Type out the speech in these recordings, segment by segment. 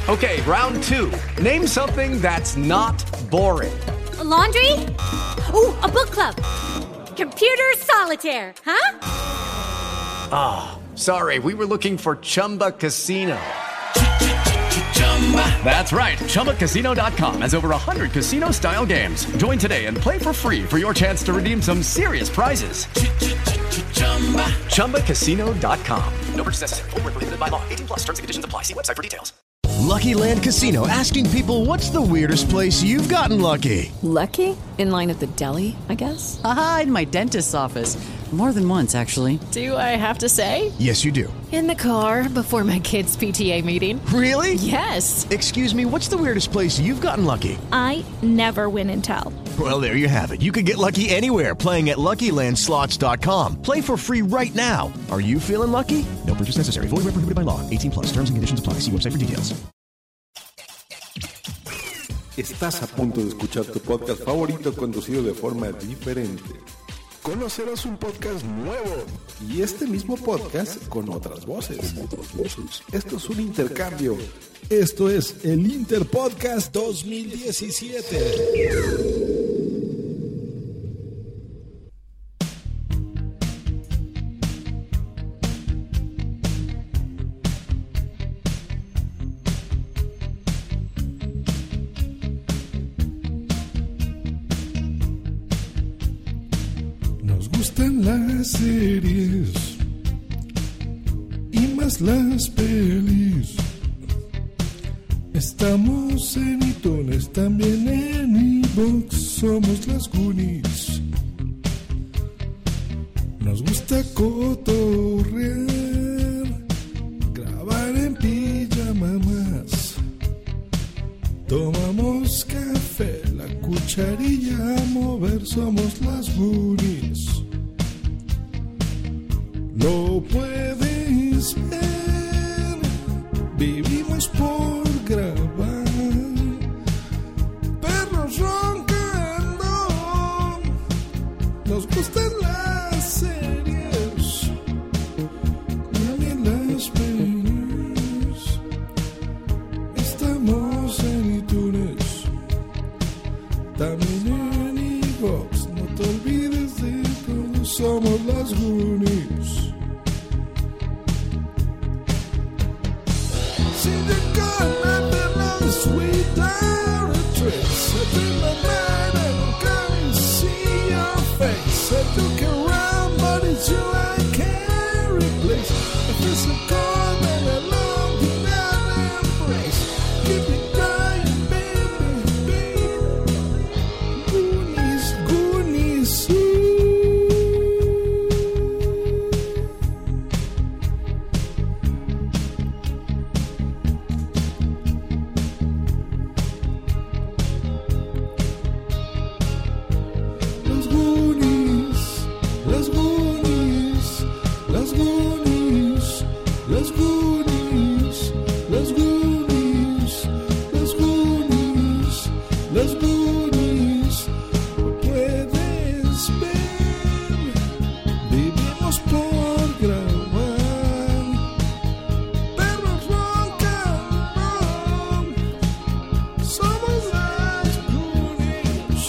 Okay, round two. Name something that's not boring. A laundry? Ooh, a book club. Computer solitaire, huh? Ah, sorry, we were looking for Chumba Casino. That's right, ChumbaCasino.com has over 100 casino-style games. Join today and play for free for your chance to redeem some serious prizes. ChumbaCasino.com. No purchase necessary. Void where prohibited by law. 18 plus. Terms and conditions apply. See website for details. Lucky Land Casino, asking people, what's the weirdest place you've gotten lucky? Lucky? In line at the deli, I guess? Aha, in my dentist's office. More than once, actually. Do I have to say? Yes, you do. In the car before my kids' PTA meeting. Really? Yes. Excuse me, what's the weirdest place you've gotten lucky? I never win and tell. Well, there you have it. You can get lucky anywhere, playing at LuckyLandSlots.com. Play for free right now. Are you feeling lucky? No purchase necessary. Void where prohibited by law. 18 plus. Terms and conditions apply. See website for details. Estás a punto de escuchar tu podcast favorito conducido de forma diferente. Conocerás un podcast nuevo y este mismo podcast con otras voces. Esto es un intercambio. Esto es el Interpodcast 2017. Nos gustan las series y más las pelis. Estamos en iTunes, también en iVoox, somos las Goonies. Nos gusta cotorrear, grabar en pijama más. Tomamos café, la cucharilla a mover, somos las Goonies. Lo puedes ver, vivimos por grabar. Perros roncando, nos gustan las series, también las pelis. Estamos en iTunes, también en iVoox. No te olvides de todo, somos las Goonies. See the gun under the sweet directress. I dream at night and can't see your face. I look around, but it's you I can't replace. If it's a cold and a long denied embrace, keep it crying, baby, baby. Goonies, Goonies, ooh. Los Goonies, los Goonies, los Goonies, los Goonies, los Goonies, los Goonies, los Goonies. Lo puedes ver, vivimos por grabar. Perros roncan, somos las Goonies.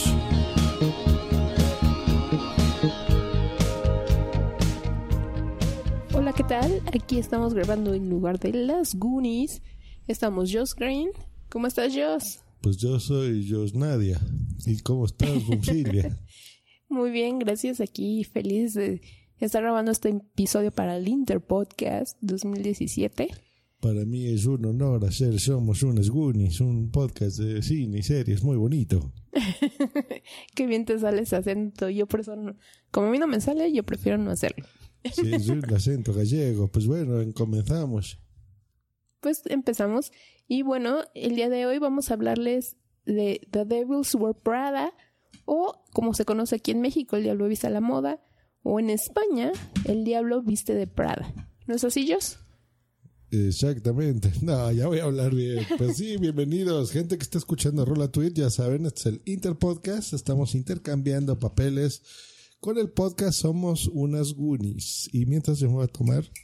Hola, ¿qué tal? Aquí estamos grabando en lugar de las Goonies. Estamos Joss Green. ¿Cómo estás, Joss? Pues yo soy Jos Nadia. ¿Y cómo estás, Silvia? Muy bien, gracias. Aquí feliz de estar grabando este episodio para el Interpodcast 2017. Para mí es un honor hacer Somos unas Goonies, un podcast de cine y series muy bonito. Qué bien te sale ese acento. Yo por eso, como a mí no me sale, yo prefiero no hacerlo. Sí, es un acento gallego. Pues bueno, comenzamos. Pues empezamos. Y bueno, el día de hoy vamos a hablarles de The Devils Wear Prada, o como se conoce aquí en México, El Diablo Viste a la Moda, o en España, El Diablo Viste de Prada. ¿No es así, Joss? Exactamente. No, ya voy a hablar bien. Pues sí, bienvenidos. Gente que está escuchando Rola Tweet, ya saben, este es el Interpodcast. Estamos intercambiando papeles con el podcast Somos unas Goonies. Y mientras yo me voy a tomar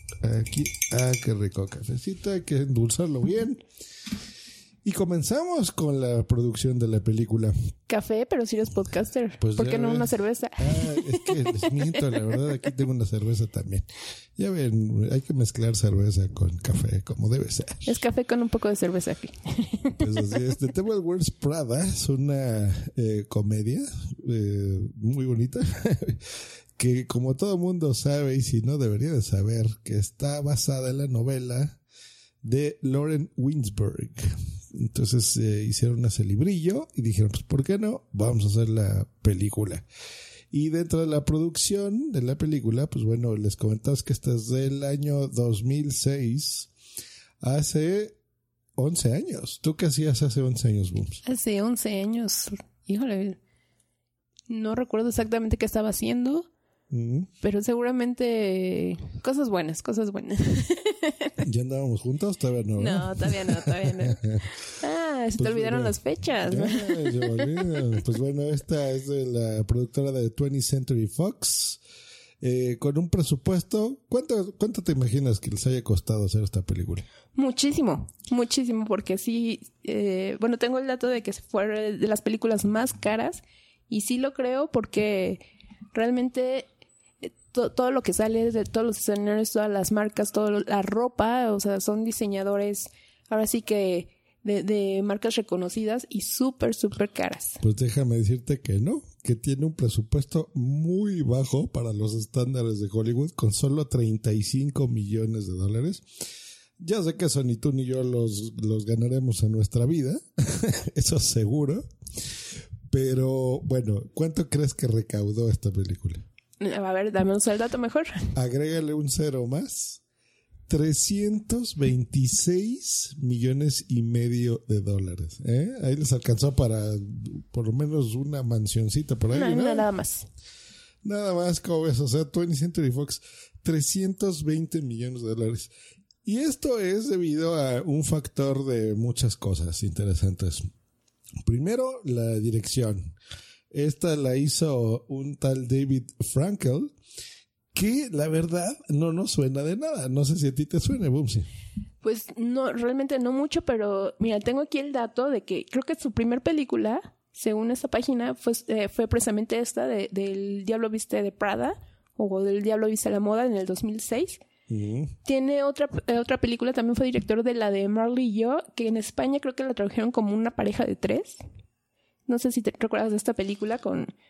Aquí, qué rico cafecito, hay que endulzarlo bien. Y comenzamos con la producción de la película. Café, pero si eres podcaster. Pues ¿por qué no una cerveza? Es que les miento, la verdad, aquí tengo una cerveza también. Ya ven, hay que mezclar cerveza con café, como debe ser. Es café con un poco de cerveza aquí. Pues así es. The Devil Wears Prada es una comedia muy bonita. Que como todo mundo sabe, y si no debería de saber, que está basada en la novela de Lauren Winsberg. Entonces hicieron ese librillo y dijeron, pues ¿por qué no? Vamos a hacer la película. Y dentro de la producción de la película, pues bueno, les comentamos que esta es del año 2006, hace 11 años. ¿Tú qué hacías hace 11 años, Booms? Hace 11 años, híjole, no recuerdo exactamente qué estaba haciendo. Pero seguramente cosas buenas. ¿Ya andábamos juntos? Todavía no. No, todavía no. Se te olvidaron las fechas. Pues bueno, esta es de la productora de 20th Century Fox. Con un presupuesto, ¿cuánto te imaginas que les haya costado hacer esta película? Muchísimo, porque sí, tengo el dato de que fue de las películas más caras, y sí lo creo porque realmente todo lo que sale de todos los escenarios, todas las marcas, toda la ropa, o sea, son diseñadores, ahora sí que de marcas reconocidas y súper caras. Pues déjame decirte que no, que tiene un presupuesto muy bajo para los estándares de Hollywood, con solo $35 millones. Ya sé que eso ni tú ni yo los ganaremos en nuestra vida, eso seguro. Pero bueno, ¿cuánto crees que recaudó esta película? A ver, dame el dato mejor. Agrégale un cero más. $326.5 millones. Ahí les alcanzó para por lo menos una mansioncita por ahí. No, nada más. Nada más, como ves, o sea, 20th Century Fox, $320 millones. Y esto es debido a un factor de muchas cosas interesantes. Primero, la dirección. Esta la hizo un tal David Frankel, que la verdad no nos suena de nada. No sé si a ti te suena, Bumsy. Pues no, realmente no mucho, pero mira, tengo aquí el dato de que creo que su primer película, según esta página, fue precisamente esta del Diablo Viste de Prada, o del Diablo Viste a la Moda, en el 2006. Tiene otra película, también fue director de la de Marley y yo, que en España creo que la tradujeron como Una pareja de tres. No sé si te recuerdas de esta película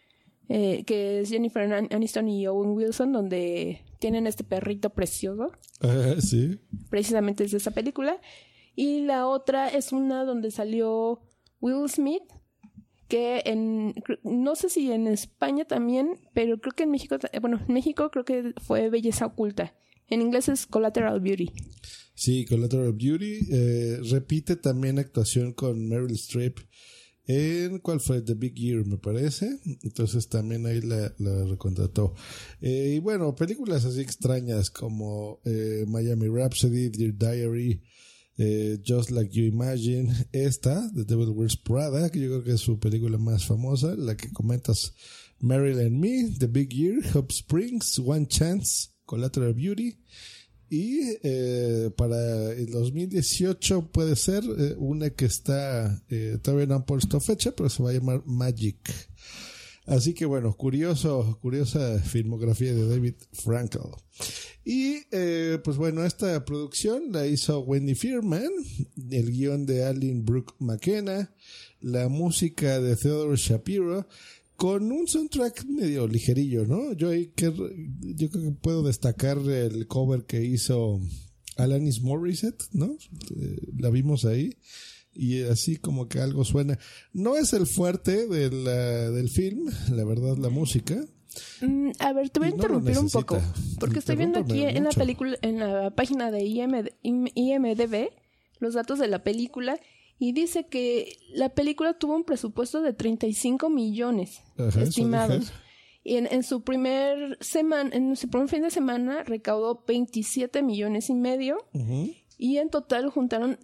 que es Jennifer Aniston y Owen Wilson, donde tienen este perrito precioso. Sí. Precisamente es de esa película. Y la otra es una donde salió Will Smith, que no sé si en España también, pero creo que en México creo que fue Belleza Oculta. En inglés es Collateral Beauty. Sí, Collateral Beauty. Repite también actuación con Meryl Streep en ¿cuál fue? The Big Year, me parece. Entonces también ahí la recontrató. Y bueno, películas así extrañas como Miami Rhapsody, Dear Diary, Just Like You Imagine. Esta, The Devil Wears Prada, que yo creo que es su película más famosa, la que comentas, Meryl and Me, The Big Year, Hope Springs, One Chance, Collateral Beauty. Y para el 2018 puede ser una que está todavía no han puesto fecha, pero se va a llamar Magic. Así que bueno, curiosa filmografía de David Frankel. Y pues bueno, esta producción la hizo Wendy Freeman, el guión de Aline Brooke McKenna, la música de Theodore Shapiro, con un soundtrack medio ligerillo, ¿no? Yo creo que puedo destacar el cover que hizo Alanis Morissette, ¿no? La vimos ahí y así como que algo suena. No es el fuerte del film, la verdad, la música. A ver, te voy a interrumpir un poco, porque estoy viendo aquí en la película, en la página de IMDb, los datos de la película. Y dice que la película tuvo un presupuesto de 35 millones estimados. Y en su primer fin de semana recaudó 27 millones y medio. Y en total juntaron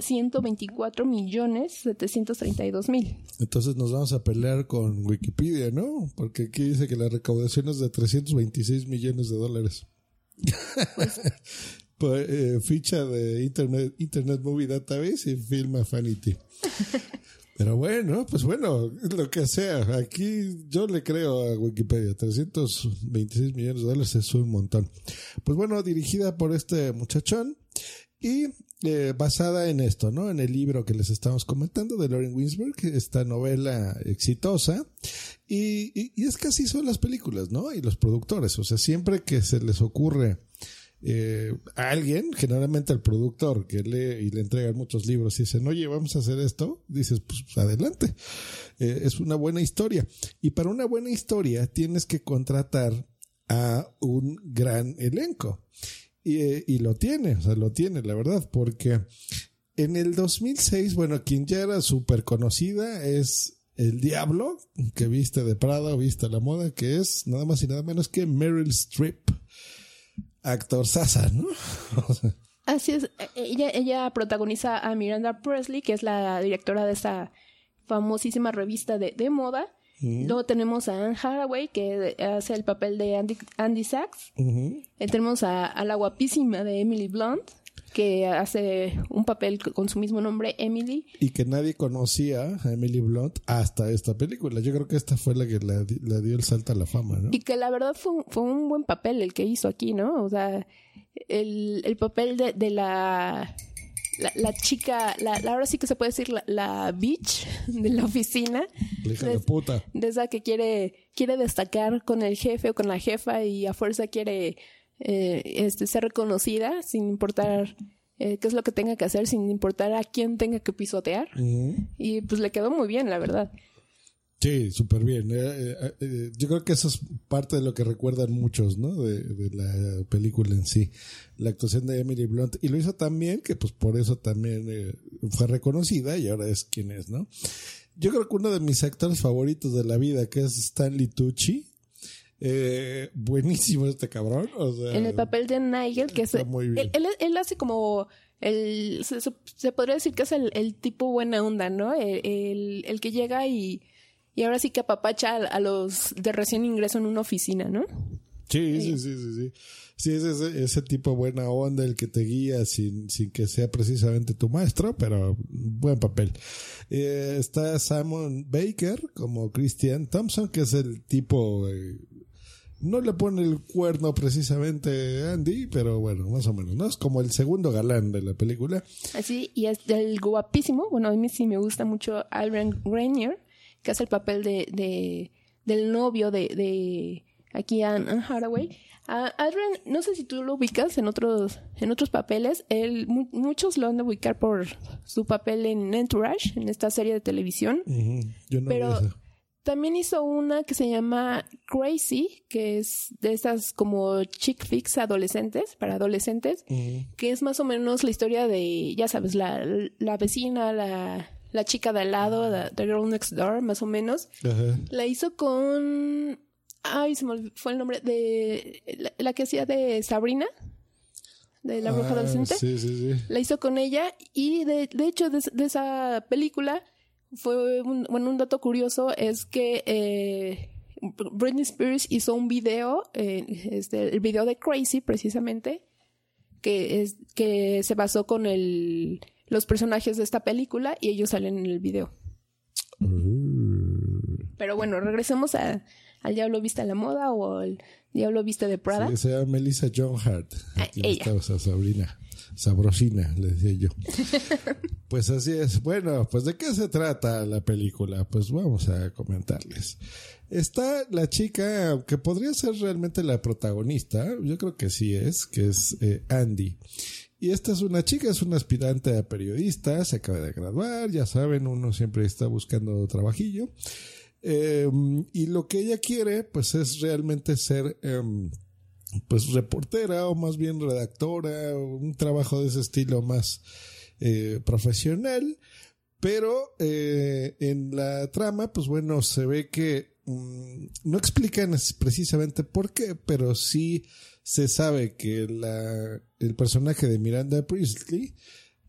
124.732.000. Entonces nos vamos a pelear con Wikipedia, ¿no? Porque aquí dice que la recaudación es de $326 millones. Pues, ficha de Internet Movie Database y Film Affinity. Pero bueno, pues bueno, lo que sea. Aquí yo le creo a Wikipedia. $326 millones es un montón. Pues bueno, dirigida por este muchachón y basada en esto, ¿no? En el libro que les estamos comentando de Lauren Winsberg, esta novela exitosa. Y es que así son las películas, ¿no? Y los productores. O sea, siempre que se les ocurre a alguien, generalmente al productor, que lee y le entregan muchos libros y dicen, oye, vamos a hacer esto, dices, pues adelante. Es una buena historia. Y para una buena historia tienes que contratar a un gran elenco. Y lo tiene, la verdad, porque en el 2006, bueno, quien ya era súper conocida es el Diablo, que viste de Prada o viste a la moda, que es nada más y nada menos que Meryl Streep. Actor sasa, ¿no? Así es. Ella protagoniza a Miranda Presley, que es la directora de esta famosísima revista de moda. Luego tenemos a Anne Hathaway, que hace el papel de Andy Sachs. Tenemos a la guapísima de Emily Blunt, que hace un papel con su mismo nombre, Emily. Y que nadie conocía a Emily Blunt hasta esta película. Yo creo que esta fue la que la dio el salto a la fama, ¿no? Y que la verdad fue un buen papel el que hizo aquí, ¿no? O sea, el papel de la chica, ahora sí que se puede decir la bitch de la oficina. La hija de puta. De esa que quiere destacar con el jefe o con la jefa y a fuerza quiere ser reconocida sin importar qué es lo que tenga que hacer, sin importar a quién tenga que pisotear. Y pues le quedó muy bien, la verdad. Sí, súper bien. Yo creo que eso es parte de lo que recuerdan muchos, ¿no? De la película en sí. La actuación de Emily Blunt. Y lo hizo tan bien que pues por eso también fue reconocida y ahora es quien es, ¿no? Yo creo que uno de mis actores favoritos de la vida, que es Stanley Tucci. Buenísimo este cabrón. O sea, en el papel de Nigel, que es él hace como se podría decir que es el tipo buena onda, ¿no? El que llega y ahora sí que apapacha a los de recién ingreso en una oficina, ¿no? Sí. Sí, es ese tipo buena onda, el que te guía sin que sea precisamente tu maestro, pero buen papel. Está Simon Baker como Christian Thompson, que es el tipo... no le pone el cuerno precisamente a Andy, pero bueno, más o menos, ¿no? Es como el segundo galán de la película. Así, y es el guapísimo, bueno, a mí sí me gusta mucho Adrian Grenier, que hace el papel del novio de aquí Anne Hathaway. Adrian, no sé si tú lo ubicas en otros papeles. Muchos lo han de ubicar por su papel en Entourage, en esta serie de televisión. Yo no pero también hizo una que se llama Crazy, que es de esas como chick flicks para adolescentes, que es más o menos la historia de, ya sabes, la vecina, la chica de al lado, the girl next door, más o menos. Ajá. La hizo con... Ay, se me fue el nombre de... La que hacía de Sabrina, de la bruja adolescente. Sí. La hizo con ella y de hecho de esa película fue un dato curioso es que Britney Spears hizo un video, el video de Crazy precisamente, que se basó con los personajes de esta película y ellos salen en el video. Pero bueno, regresemos al Diablo Viste a la Moda o al Diablo Viste de Prada. Sí, se llama Melissa Joan Hart. Ella. Esa Sabrina. Sabrosina, le decía yo. Pues así es. Bueno, pues ¿de qué se trata la película? Pues vamos a comentarles. Está la chica que podría ser realmente la protagonista. Yo creo que sí es, que es Andy. Y esta es una chica, es una aspirante a periodista, se acaba de graduar, ya saben, uno siempre está buscando trabajillo. Y lo que ella quiere, pues es realmente ser... pues reportera o más bien redactora, un trabajo de ese estilo más profesional, pero en la trama pues bueno se ve que no explican precisamente por qué, pero sí se sabe que el personaje de Miranda Priestley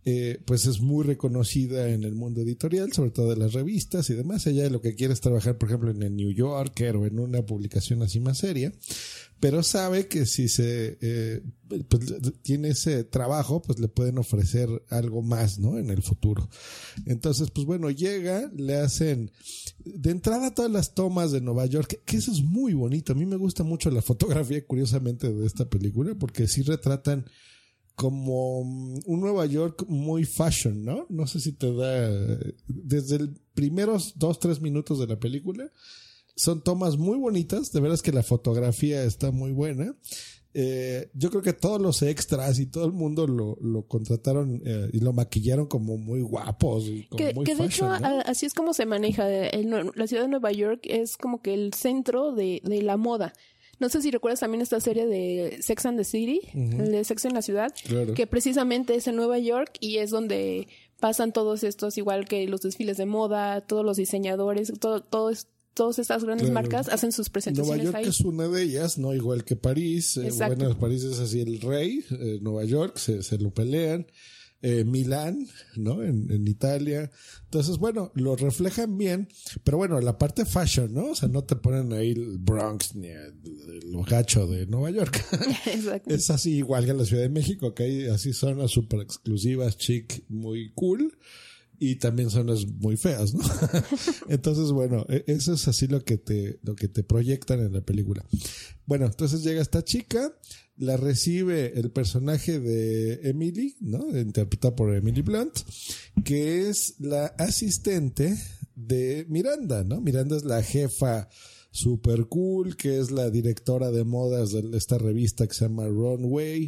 pues es muy reconocida en el mundo editorial, sobre todo de las revistas y demás. Ella lo que quiere es trabajar, por ejemplo, en el New Yorker o en una publicación así más seria, pero sabe que si pues tiene ese trabajo, pues le pueden ofrecer algo más, ¿no? En el futuro. Entonces, pues bueno, llega, le hacen de entrada todas las tomas de Nueva York, que eso es muy bonito. A mí me gusta mucho la fotografía, curiosamente, de esta película, porque sí retratan como un Nueva York muy fashion, ¿no? No sé si te da, desde el primeros 2-3 minutos de la película, son tomas muy bonitas, de veras que la fotografía está muy buena. Yo creo que todos los extras y todo el mundo lo contrataron y lo maquillaron como muy guapos y como muy que de fashion, hecho, ¿no? así es como se maneja. La ciudad de Nueva York es como que el centro de la moda. No sé si recuerdas también esta serie de Sex and the City, el de Sexo en la Ciudad, Claro. que precisamente es en Nueva York y es donde pasan todos estos, igual que los desfiles de moda, todos los diseñadores, todas estas grandes Claro. marcas hacen sus presentaciones Nueva York ahí. es una de ellas, no igual que París. Exacto. Bueno, París es así el rey, Nueva York se lo pelean. Milán, ¿no? En Italia. Entonces, bueno, lo reflejan bien, pero bueno, la parte fashion, ¿no? O sea, no te ponen ahí el Bronx ni lo gacho de Nueva York. Exacto. Es así igual que en la Ciudad de México, que hay así zonas súper exclusivas, chic, muy cool. Y también zonas muy feas, ¿no? Entonces, bueno, eso es así lo que te proyectan en la película. Bueno, entonces llega esta chica, la recibe el personaje de Emily, ¿no? Interpretada por Emily Blunt, que es la asistente de Miranda, ¿no? Miranda es la jefa super cool, que es la directora de modas de esta revista que se llama Runway.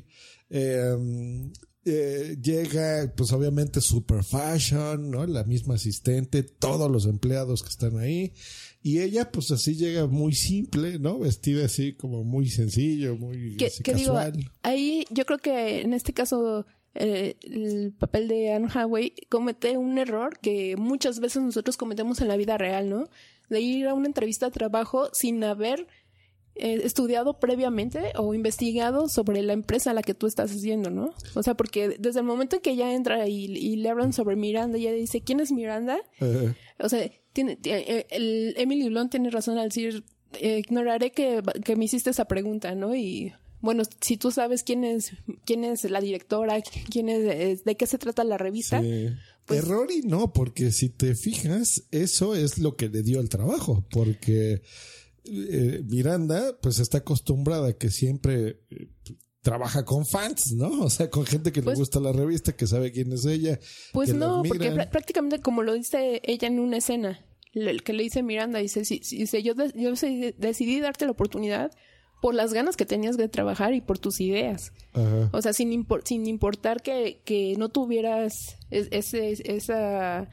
Llega, pues obviamente super fashion, ¿no? La misma asistente, todos los empleados que están ahí. Y ella, pues así llega muy simple, ¿no? Vestida así como muy sencillo, muy así casual. Digo, ahí yo creo que en este caso el papel de Anne Hathaway comete un error que muchas veces nosotros cometemos en la vida real, ¿no? De ir a una entrevista de trabajo sin haber estudiado previamente o investigado sobre la empresa a la que tú estás haciendo, ¿no? O sea, porque desde el momento en que ella entra y le hablan sobre Miranda, ella dice, ¿quién es Miranda? O sea, Emily Blunt tiene razón al decir, ignoraré que me hiciste esa pregunta, ¿no? Y bueno, si tú sabes quién es la directora, de qué se trata la revista. Sí. Pues, error y no, porque si te fijas, eso es lo que le dio el trabajo, porque Miranda pues está acostumbrada que siempre trabaja con fans, ¿no? O sea, con gente que le gusta la revista, que sabe quién es ella. Pues no, porque admiran. prácticamente como lo dice ella en una escena, que le dice Miranda, dice, yo decidí darte la oportunidad por las ganas que tenías de trabajar y por tus ideas. Ajá. O sea, sin importar que no tuvieras esa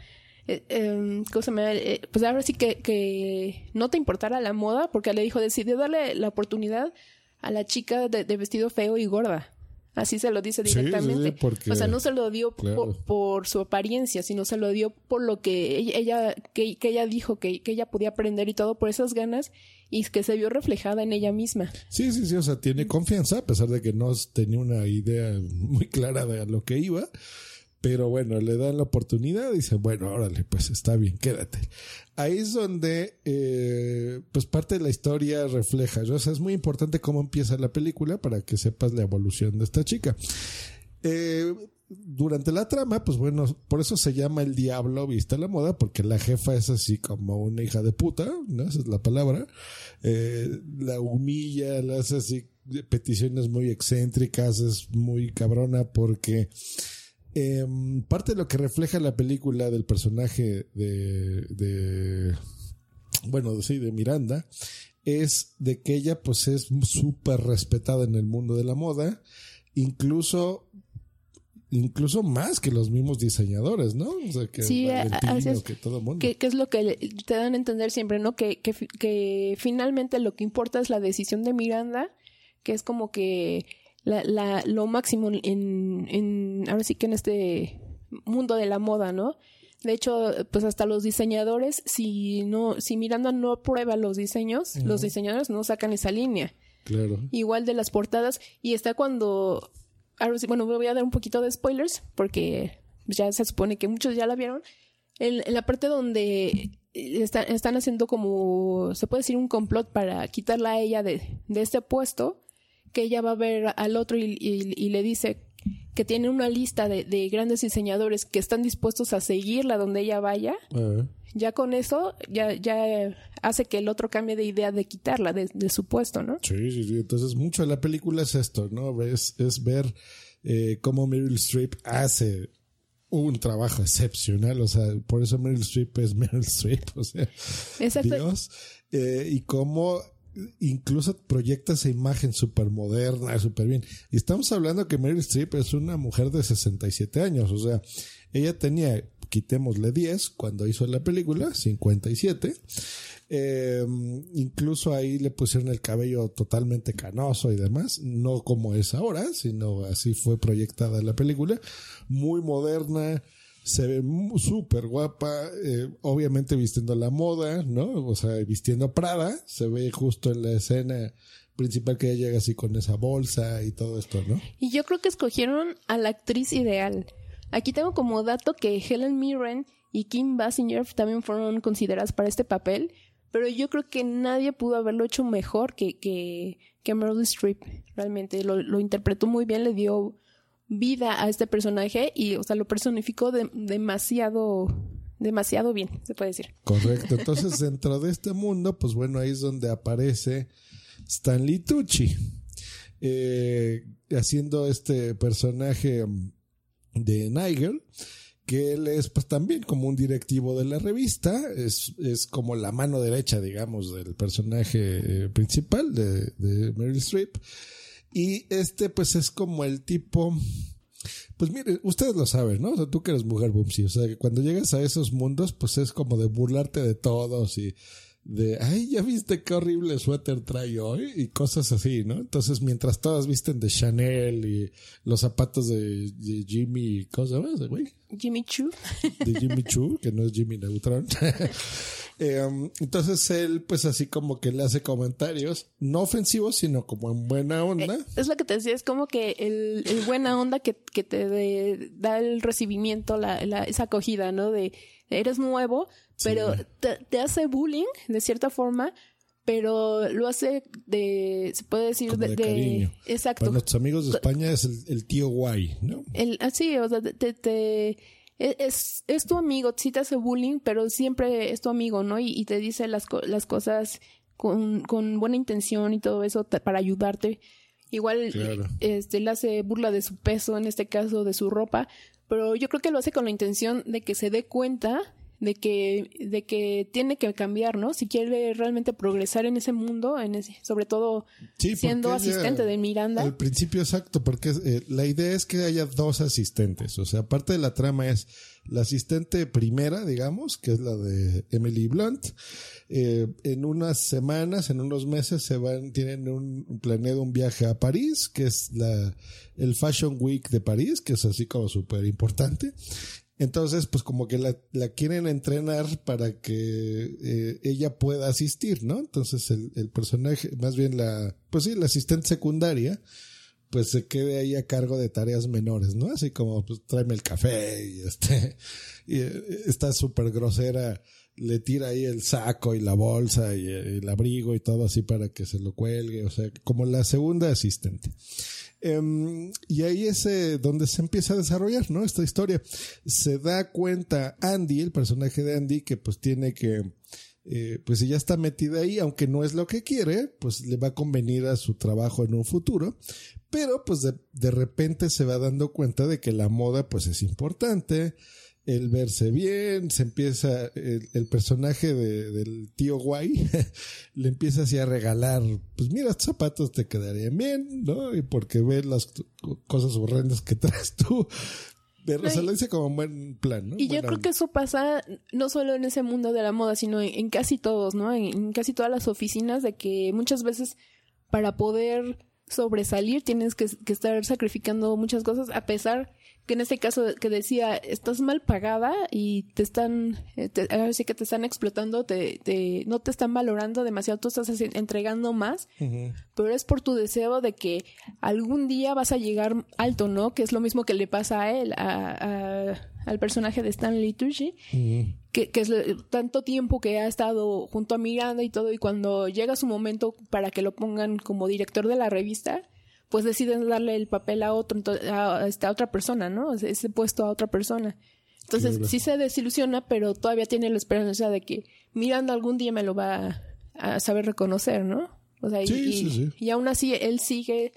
pues ahora sí que no te importara la moda, porque le dijo, decidió darle la oportunidad a la chica de vestido feo y gorda. Así se lo dice directamente. Sí, porque, o sea, no se lo dio claro, por su apariencia, sino se lo dio por lo que ella dijo que ella podía aprender y todo, por esas ganas, y que se vio reflejada en ella misma. Sí, o sea, tiene confianza, a pesar de que no tenía una idea muy clara de a lo que iba. Pero bueno, le dan la oportunidad y dice, bueno, órale, pues está bien, quédate. Ahí es donde, pues parte de la historia refleja, ¿no? O sea, es muy importante cómo empieza la película para que sepas la evolución de esta chica. Durante la trama, pues bueno, por eso se llama El Diablo Viste a la Moda, porque la jefa es así como una hija de puta, ¿no? Esa es la palabra. La humilla, le hace así peticiones muy excéntricas, es muy cabrona porque... parte de lo que refleja la película del personaje de Miranda es de que ella pues es súper respetada en el mundo de la moda, incluso más que los mismos diseñadores, ¿no? O sea, que sí, así es, que todo el mundo. que es lo que te dan a entender siempre, ¿no? Que finalmente lo que importa es la decisión de Miranda, que es como que lo máximo ahora sí que en este mundo de la moda, ¿no? De hecho, pues hasta los diseñadores, si Miranda no aprueba los diseños, los diseñadores no sacan esa línea. Claro. Igual de las portadas, y está cuando, ahora sí, bueno, voy a dar un poquito de spoilers porque ya se supone que muchos ya la vieron, en la parte donde están haciendo como, se puede decir, un complot para quitarla a ella de este puesto, que ella va a ver al otro y le dice que tiene una lista de grandes diseñadores que están dispuestos a seguirla donde ella vaya. Ya con eso, ya hace que el otro cambie de idea de quitarla de su puesto, ¿no? Sí. Entonces, mucho de la película es esto, ¿no? Es ver cómo Meryl Streep hace un trabajo excepcional. O sea, por eso Meryl Streep es Meryl Streep. O sea, exacto. Dios. Y cómo incluso proyecta esa imagen súper moderna, súper bien. Y estamos hablando que Meryl Streep es una mujer de 67 años. O sea, ella tenía, quitémosle 10 cuando hizo la película, 57. Incluso ahí le pusieron el cabello totalmente canoso y demás, no como es ahora, sino así fue proyectada la película, muy moderna, se ve súper guapa, obviamente vistiendo la moda, ¿no? O sea, vistiendo Prada, se ve justo en la escena principal que ella llega así con esa bolsa y todo esto, ¿no? Y yo creo que escogieron a la actriz ideal. Aquí tengo como dato que Helen Mirren y Kim Basinger también fueron consideradas para este papel, pero yo creo que nadie pudo haberlo hecho mejor que Meryl Streep. Realmente lo interpretó muy bien, le dio vida a este personaje y, o sea, lo personificó demasiado bien, se puede decir. Correcto. Entonces, dentro de este mundo, pues bueno, ahí es donde aparece Stanley Tucci, haciendo este personaje de Nigel, que él es pues también como un directivo de la revista, es como la mano derecha, digamos, del personaje principal de Meryl Streep. Y pues es como el tipo, pues mire, ustedes lo saben, ¿no? O sea, tú que eres mujer, Bumsy, o sea, que cuando llegas a esos mundos, pues es como de burlarte de todos y de, ay, ¿ya viste qué horrible suéter trae hoy? Y cosas así, ¿no? Entonces, mientras todas visten de Chanel y los zapatos de Jimmy, ¿cómo se llama ese güey? Jimmy Choo. De Jimmy Choo, que no es Jimmy Neutron. Entonces él, pues así como que le hace comentarios, no ofensivos, sino como en buena onda. Es lo que te decía, es como que el buena onda que te da el recibimiento, esa acogida, ¿no? De eres nuevo, pero sí. te hace bullying, de cierta forma, pero lo hace se puede decir como de cariño. Exacto. Para nuestros amigos de España es el tío guay, ¿no? Así, o sea, es tu amigo, sí te hace bullying, pero siempre es tu amigo, ¿no? Y te dice las cosas con buena intención y todo eso para ayudarte. Igual, claro. Le hace burla de su peso, en este caso de su ropa, pero yo creo que lo hace con la intención de que se dé cuenta de que tiene que cambiar, ¿no? Si quiere realmente progresar en ese mundo, sobre todo sí, siendo asistente de Miranda. Al principio, exacto, porque la idea es que haya dos asistentes. O sea, parte de la trama es la asistente primera, digamos, que es la de Emily Blunt. En unas semanas, en unos meses, tienen planeado un viaje a París, que es el Fashion Week de París, que es así como súper importante. Entonces, pues como que la quieren entrenar para que ella pueda asistir, ¿no? Entonces el personaje, más bien la asistente secundaria, pues se quede ahí a cargo de tareas menores, ¿no? Así como, pues tráeme el café y está súper grosera, le tira ahí el saco y la bolsa y el abrigo y todo así para que se lo cuelgue, o sea, como la segunda asistente. Y ahí es donde se empieza a desarrollar, ¿no? Esta historia. Se da cuenta Andy, el personaje de Andy, que pues tiene que, pues si ya está metida ahí, aunque no es lo que quiere, pues le va a convenir a su trabajo en un futuro. Pero pues de repente se va dando cuenta de que la moda pues es importante, el verse bien, se empieza, el personaje del tío guay le empieza así a regalar, pues mira, estos zapatos te quedarían bien, ¿no? Y porque ves las cosas horrendas que traes tú. Pero se lo dice como un buen plan, ¿no? Y yo creo que eso pasa no solo en ese mundo de la moda, sino en casi todos, ¿no? En casi todas las oficinas, de que muchas veces para poder sobresalir tienes que estar sacrificando muchas cosas, a pesar que en este caso que decía, estás mal pagada y así que te están explotando, no te están valorando demasiado, tú estás entregando más, pero es por tu deseo de que algún día vas a llegar alto, ¿no? Que es lo mismo que le pasa a él, a al personaje de Stanley Tucci, que es tanto tiempo que ha estado junto a Miranda y todo, y cuando llega su momento para que lo pongan como director de la revista, pues deciden darle el papel a otra persona, ¿no? Ese puesto a otra persona. Entonces sí se desilusiona, pero todavía tiene la esperanza de que Miranda algún día me lo va a saber reconocer, ¿no? O sea, y aún así él sigue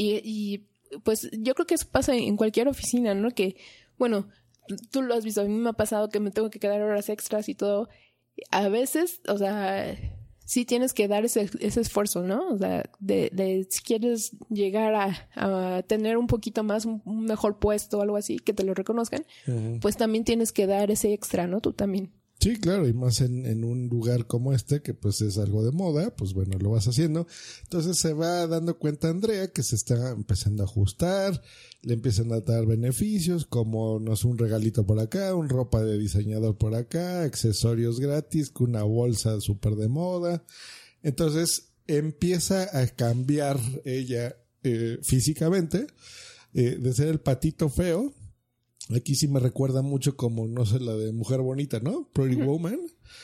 y pues yo creo que eso pasa en cualquier oficina, ¿no? Que, bueno, tú lo has visto, a mí me ha pasado que me tengo que quedar horas extras y todo. A veces, o sea, sí tienes que dar ese esfuerzo, ¿no? O sea, de si quieres llegar a tener un poquito más, un mejor puesto o algo así, que te lo reconozcan, pues también tienes que dar ese extra, ¿no? Tú también. Sí, claro, y más en un lugar como este, que pues es algo de moda, pues bueno, lo vas haciendo. Entonces se va dando cuenta Andrea que se está empezando a ajustar, le empiezan a dar beneficios, como no es un regalito por acá, un ropa de diseñador por acá, accesorios gratis, con una bolsa súper de moda. Entonces empieza a cambiar ella físicamente, de ser el patito feo. Aquí sí me recuerda mucho como, no sé, la de Mujer Bonita, ¿no? Pretty Woman.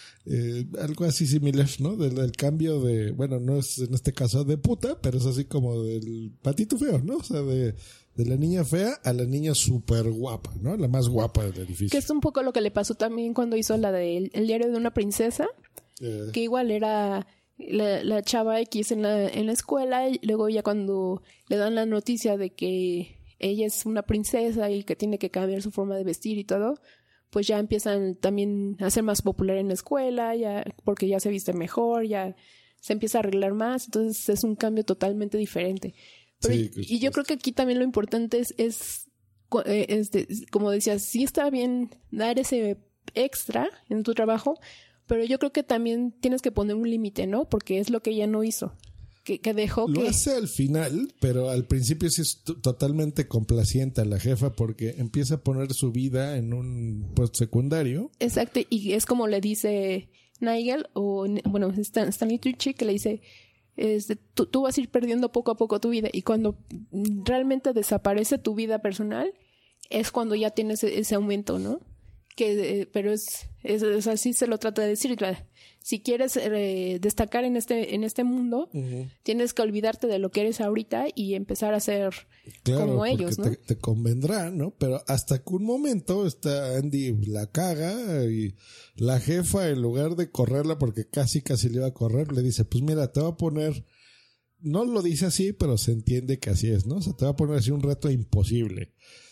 Algo así similar, ¿no? Del cambio de, bueno, no es en este caso de puta, pero es así como del patito feo, ¿no? O sea, de la niña fea a la niña súper guapa, ¿no? La más guapa del edificio. Que es un poco lo que le pasó también cuando hizo la de El diario de una princesa, que igual era la chava X en la escuela, y luego ya cuando le dan la noticia de que ella es una princesa y que tiene que cambiar su forma de vestir y todo, pues ya empiezan también a ser más popular en la escuela, ya porque ya se viste mejor, ya se empieza a arreglar más, entonces es un cambio totalmente diferente. Pero, sí, y yo creo que aquí también lo importante es como decías, sí está bien dar ese extra en tu trabajo, pero yo creo que también tienes que poner un límite, ¿no? Porque es lo que ella no hizo. Que dejó lo que... hace al final, pero al principio sí es totalmente complaciente a la jefa porque empieza a poner su vida en un puesto secundario. Exacto, y es como le dice Nigel, o bueno, Stanley Tucci, que le dice, tú vas a ir perdiendo poco a poco tu vida, y cuando realmente desaparece tu vida personal, es cuando ya tienes ese aumento, ¿no? Pero es así se lo trata de decir. Si quieres destacar en este mundo, tienes que olvidarte de lo que eres ahorita y empezar a ser como ellos, ¿no? Te convendrá, ¿no? Pero hasta que un momento Andy la caga y la jefa, en lugar de correrla, porque casi le iba a correr, le dice, pues mira, te va a poner, no lo dice así, pero se entiende que así es, ¿no? O sea, te va a poner así un reto imposible.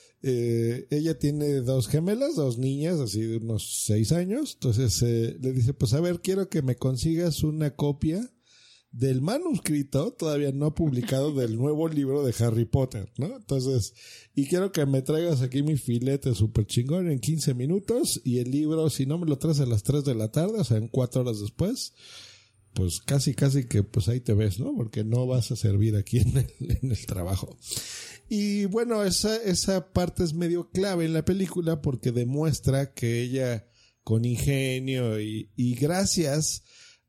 Ella tiene 2 gemelas, 2 niñas, así de unos 6 años. Entonces le dice, pues a ver, quiero que me consigas una copia del manuscrito todavía no publicado del nuevo libro de Harry Potter, ¿no? Entonces, y quiero que me traigas aquí mi filete súper chingón en 15 minutos, y el libro, si no me lo traes a las 3 de la tarde, o sea, en 4 horas después, pues casi que pues ahí te ves, ¿no? Porque no vas a servir aquí en el trabajo. Y bueno, esa parte es medio clave en la película porque demuestra que ella, con ingenio y gracias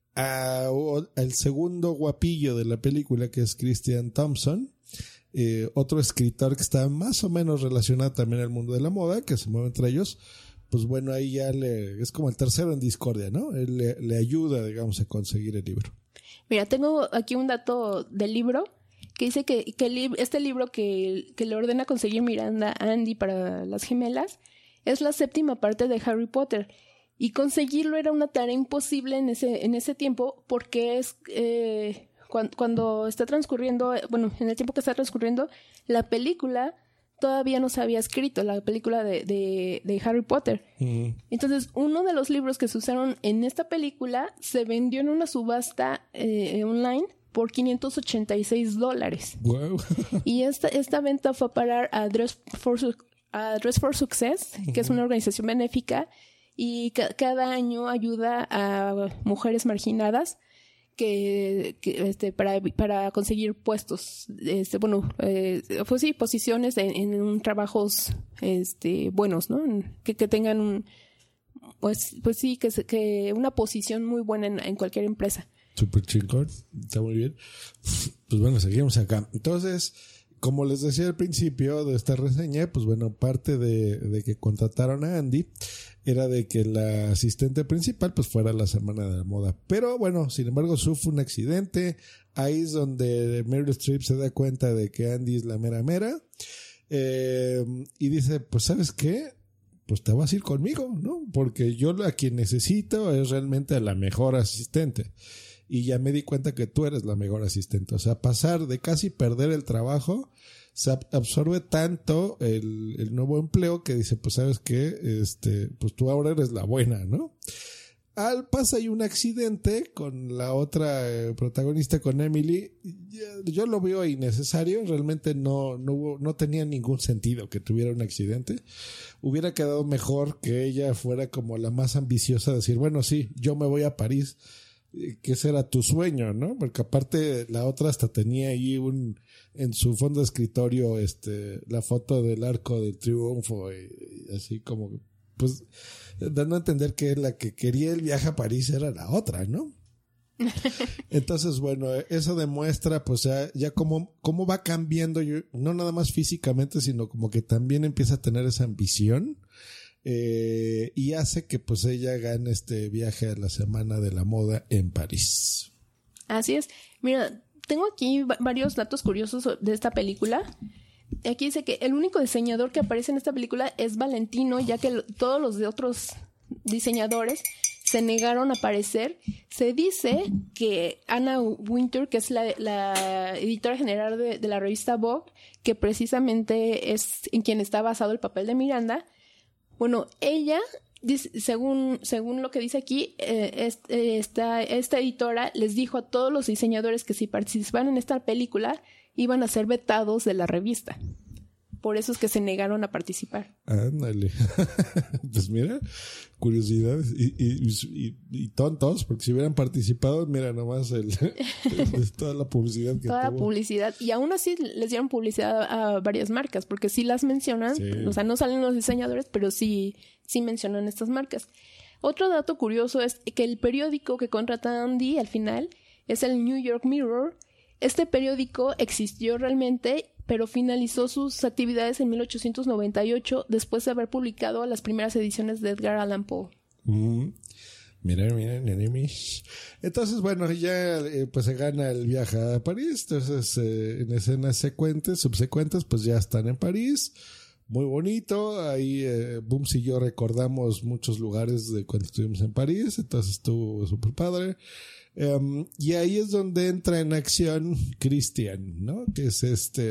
al segundo guapillo de la película, que es Christian Thompson, otro escritor que está más o menos relacionado también al mundo de la moda, que se mueve entre ellos, pues bueno, ahí ya es como el tercero en discordia, ¿no? Él le ayuda, digamos, a conseguir el libro. Mira, tengo aquí un dato del libro que dice que este libro que le ordena conseguir Miranda a Andy para las gemelas es la 7ª parte de Harry Potter, y conseguirlo era una tarea imposible en ese tiempo, porque es cuando está transcurriendo, bueno, en el tiempo que está transcurriendo la película, todavía no se había escrito la película de Harry Potter. Entonces, uno de los libros que se usaron en esta película se vendió en una subasta online por $586. Wow. Y esta venta fue a parar a Dress for Success, que es una organización benéfica, y cada año ayuda a mujeres marginadas para conseguir puestos, pues sí, posiciones en trabajos buenos, ¿no? Que tengan pues sí, que una posición muy buena en cualquier empresa. Súper chingón, está muy bien. Pues bueno, seguimos acá. Entonces, como les decía al principio de esta reseña, pues bueno, parte de que contrataron a Andy era de que la asistente principal pues fuera la semana de la moda. Pero bueno, sin embargo sufre un accidente. Ahí es donde Meryl Streep se da cuenta de que Andy es la mera mera. Y dice, pues ¿sabes qué? Pues te vas a ir conmigo, ¿no? Porque yo a quien necesito es realmente a la mejor asistente. Y ya me di cuenta que tú eres la mejor asistente. O sea, pasar de casi perder el trabajo, se absorbe tanto el nuevo empleo que dice, pues ¿sabes qué? Pues tú ahora eres la buena, ¿no? Pasa ahí un accidente con la otra protagonista, con Emily. Yo lo veo innecesario. Realmente no tenía ningún sentido que tuviera un accidente. Hubiera quedado mejor que ella fuera como la más ambiciosa de decir, bueno, sí, yo me voy a París, que ese era tu sueño, ¿no? Porque aparte la otra hasta tenía ahí en su fondo de escritorio la foto del Arco del Triunfo y así como, pues, dando a entender que la que quería el viaje a París era la otra, ¿no? Entonces, bueno, eso demuestra pues ya cómo va cambiando, no nada más físicamente, sino como que también empieza a tener esa ambición, y hace que pues ella gane este viaje a la Semana de la Moda en París. Así es. Mira, tengo aquí varios datos curiosos de esta película. Aquí dice que el único diseñador que aparece en esta película es Valentino, ya que todos los de otros diseñadores se negaron a aparecer. Se dice que Anna Wintour, que es la editora general de la revista Vogue, que precisamente es en quien está basado el papel de Miranda, bueno, ella, según lo que dice aquí, esta editora les dijo a todos los diseñadores que si participaban en esta película iban a ser vetados de la revista. Por eso es que se negaron a participar. Ándale. Pues mira, curiosidades y tontos, porque si hubieran participado, mira nomás toda la publicidad que toda tuvo. La publicidad. Y aún así les dieron publicidad a varias marcas, porque sí las mencionan. Sí. O sea, no salen los diseñadores, pero sí mencionan estas marcas. Otro dato curioso es que el periódico que contrata Andy al final es el New York Mirror. Este periódico existió realmente, pero finalizó sus actividades en 1898 después de haber publicado las primeras ediciones de Edgar Allan Poe. Miren, enemies. Entonces, bueno, ya pues se gana el viaje a París. Entonces, en escenas subsecuentes, pues ya están en París. Muy bonito. Ahí Booms y yo recordamos muchos lugares de cuando estuvimos en París. Entonces estuvo súper padre. Y ahí es donde entra en acción Christian, ¿no? Que es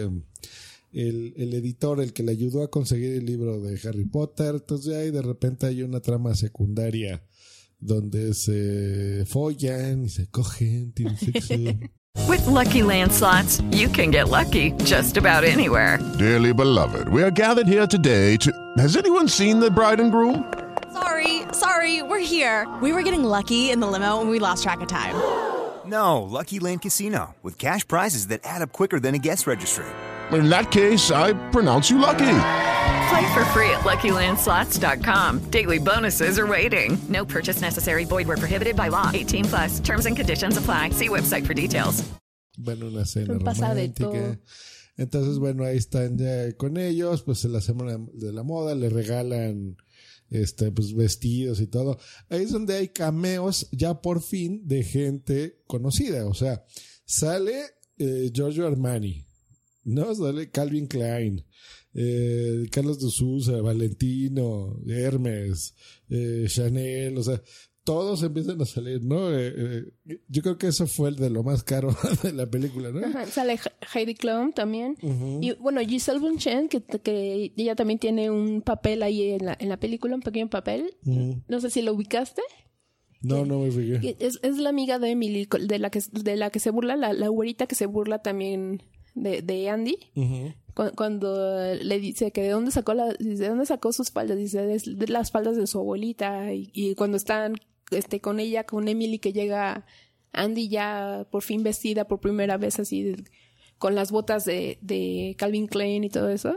el editor, el que le ayudó a conseguir el libro de Harry Potter. Entonces ahí de repente hay una trama secundaria donde se follan y se cogen, tienen sexo. With Lucky Land Slots, you can get lucky just about anywhere. Dearly beloved, we are gathered here today to... Has anyone seen the bride and groom? Sorry, we're here. We were getting lucky in the limo and we lost track of time. No, Lucky Land Casino, with cash prizes that add up quicker than a guest registry. In that case, I pronounce you lucky. Play for free at LuckyLandSlots.com. Daily bonuses are waiting. No purchase necessary. Void where prohibited by law. 18+. Terms and conditions apply. See website for details. Bueno, una cena romántica. Entonces, bueno, ahí están ya con ellos. Pues en la Semana de la Moda le regalan pues vestidos y todo. Ahí es donde hay cameos ya por fin de gente conocida. O sea, sale Giorgio Armani, ¿no? Sale Calvin Klein, Carlos de Sousa, Valentino, Hermes, Chanel, o sea, todos empiezan a salir, ¿no? Yo creo que eso fue el de lo más caro de la película, ¿no? Ajá, sale Heidi Klum también. Uh-huh. Y bueno, Giselle Bündchen, que ella también tiene un papel ahí en la película, un pequeño papel. Uh-huh. No sé si lo ubicaste. No me fijé. Es la amiga de Emily, de la que se burla, la güerita que se burla también de Andy. Uh-huh. Cuando le dice que de dónde sacó sus faldas, dice de las faldas de su abuelita, y cuando están con ella, con Emily, que llega Andy ya por fin vestida por primera vez así con las botas de Calvin Klein y todo eso.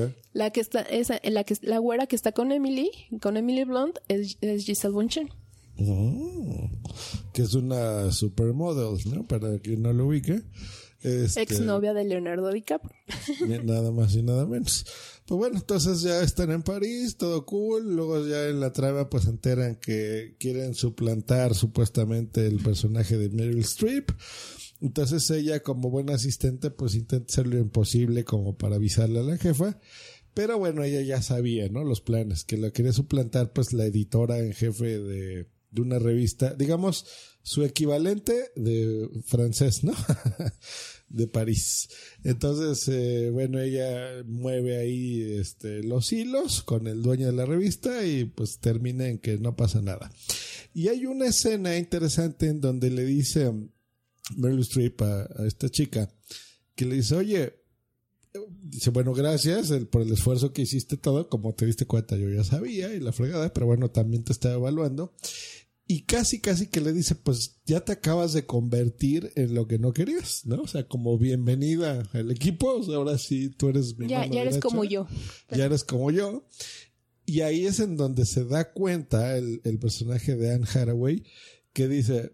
La güera que está con Emily Blunt es Giselle Bündchen. Que es una supermodel, ¿no? Para quien no lo ubique. Exnovia de Leonardo DiCaprio. Nada más y nada menos. Pues bueno, entonces ya están en París, todo cool. Luego ya en la trama pues se enteran que quieren suplantar supuestamente el personaje de Meryl Streep. Entonces ella, como buena asistente, pues intenta hacer lo imposible como para avisarle a la jefa. Pero bueno, ella ya sabía, ¿no? Los planes, que la quería suplantar pues la editora en jefe de una revista, digamos, su equivalente de francés, ¿no? De París. Entonces, bueno, ella mueve ahí los hilos con el dueño de la revista y pues termina en que no pasa nada. Y hay una escena interesante en donde le dice Meryl Streep a esta chica, que le dice, oye, dice, bueno, gracias por el esfuerzo que hiciste todo, como te diste cuenta yo ya sabía y la fregada, pero bueno, también te estaba evaluando. Y casi que le dice, pues ya te acabas de convertir en lo que no querías, ¿no? O sea, como bienvenida al equipo, o sea, ahora sí tú eres mi mano ya eres derecha. como yo. Ya eres como yo. Y ahí es en donde se da cuenta el personaje de Anne Hathaway, que dice,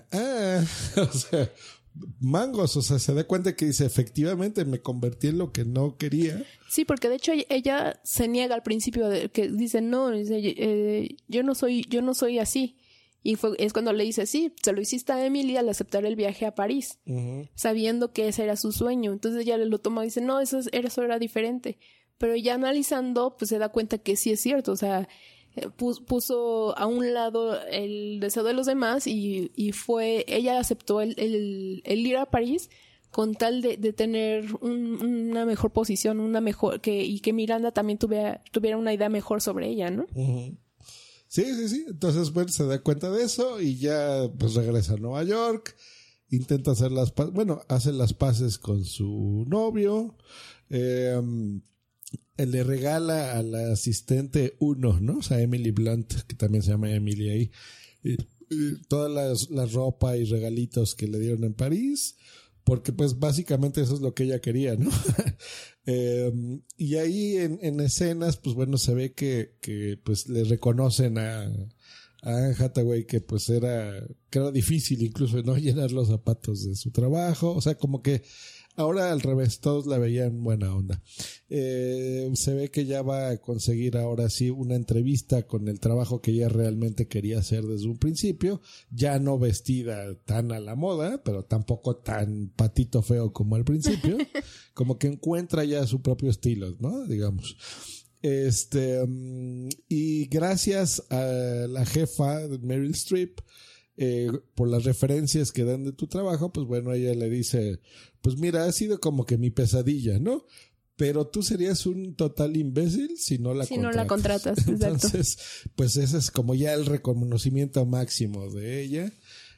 o sea, mangos, o sea, se da cuenta que dice, efectivamente me convertí en lo que no quería. Sí, porque de hecho ella se niega al principio, que dice, no, dice, yo no soy así. Y es cuando le dice, sí, se lo hiciste a Emily al aceptar el viaje a París, sabiendo que ese era su sueño. Entonces ella lo toma y dice, no, eso era diferente. Pero ya analizando, pues se da cuenta que sí es cierto. O sea, puso a un lado el deseo de los demás y ella aceptó el ir a París con tal de tener una mejor posición, y que Miranda también tuviera una idea mejor sobre ella, ¿no? Sí. Entonces, bueno, se da cuenta de eso y ya pues regresa a Nueva York, intenta hacer hace las paces con su novio, le regala a la asistente 1, ¿no? O sea, Emily Blunt, que también se llama Emily ahí, toda la ropa y regalitos que le dieron en París, porque pues básicamente eso es lo que ella quería, ¿no? Y ahí en escenas, pues bueno, se ve que pues le reconocen a Anne Hathaway que pues era difícil incluso no llenar los zapatos de su trabajo, o sea, como que ahora al revés, todos la veían buena onda. Se ve que ya va a conseguir ahora sí una entrevista con el trabajo que ella realmente quería hacer desde un principio, ya no vestida tan a la moda, pero tampoco tan patito feo como al principio, como que encuentra ya su propio estilo, ¿no? Digamos. Y gracias a la jefa Meryl Streep, por las referencias que dan de tu trabajo, pues bueno, ella le dice, pues mira, ha sido como que mi pesadilla, ¿no? Pero tú serías un total imbécil si no la contratas. Exacto. Entonces, pues ese es como ya el reconocimiento máximo de ella.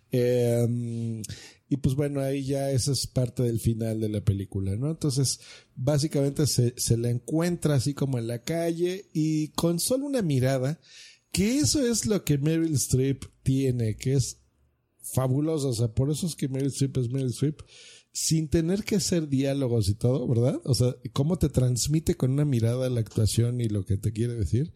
Y pues bueno, ahí ya esa es parte del final de la película, ¿no? Entonces, básicamente se la encuentra así como en la calle y con solo una mirada, que eso es lo que Meryl Streep tiene, que es fabuloso. O sea, por eso es que Meryl Streep es Meryl Streep, sin tener que hacer diálogos y todo, ¿verdad? O sea, cómo te transmite con una mirada la actuación y lo que te quiere decir.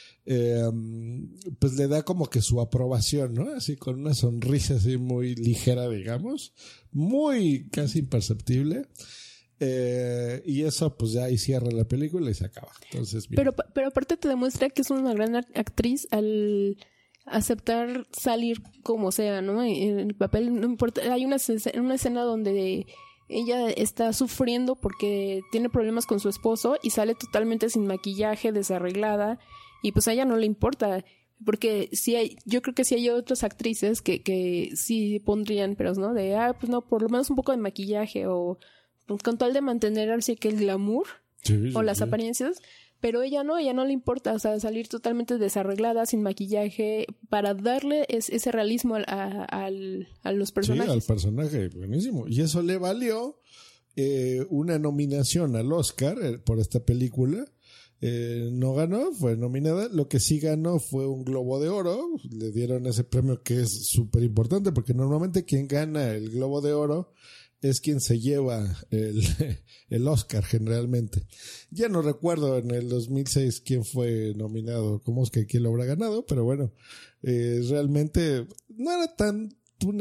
Pues le da como que su aprobación, ¿no? Así con una sonrisa así muy ligera, digamos, muy casi imperceptible. Y eso pues ya ahí cierra la película y se acaba. Entonces, bien. Pero aparte te demuestra que es una gran actriz al aceptar salir como sea, ¿no? En el papel no importa. Hay una escena donde ella está sufriendo porque tiene problemas con su esposo y sale totalmente sin maquillaje, desarreglada, y pues a ella no le importa, porque yo creo que sí hay otras actrices que sí pondrían peros, ¿no? De, pues no, por lo menos un poco de maquillaje, o con tal de mantener así que el glamour o las apariencias. Pero ella no le importa, o sea, salir totalmente desarreglada, sin maquillaje, para darle ese realismo a los personajes. Sí, al personaje, buenísimo. Y eso le valió una nominación al Oscar por esta película. No ganó, fue nominada. Lo que sí ganó fue un Globo de Oro. Le dieron ese premio que es súper importante, porque normalmente quien gana el Globo de Oro es quien se lleva el Oscar generalmente. Ya no recuerdo en el 2006 quién fue nominado, cómo es que quién lo habrá ganado, pero bueno, realmente no era tan una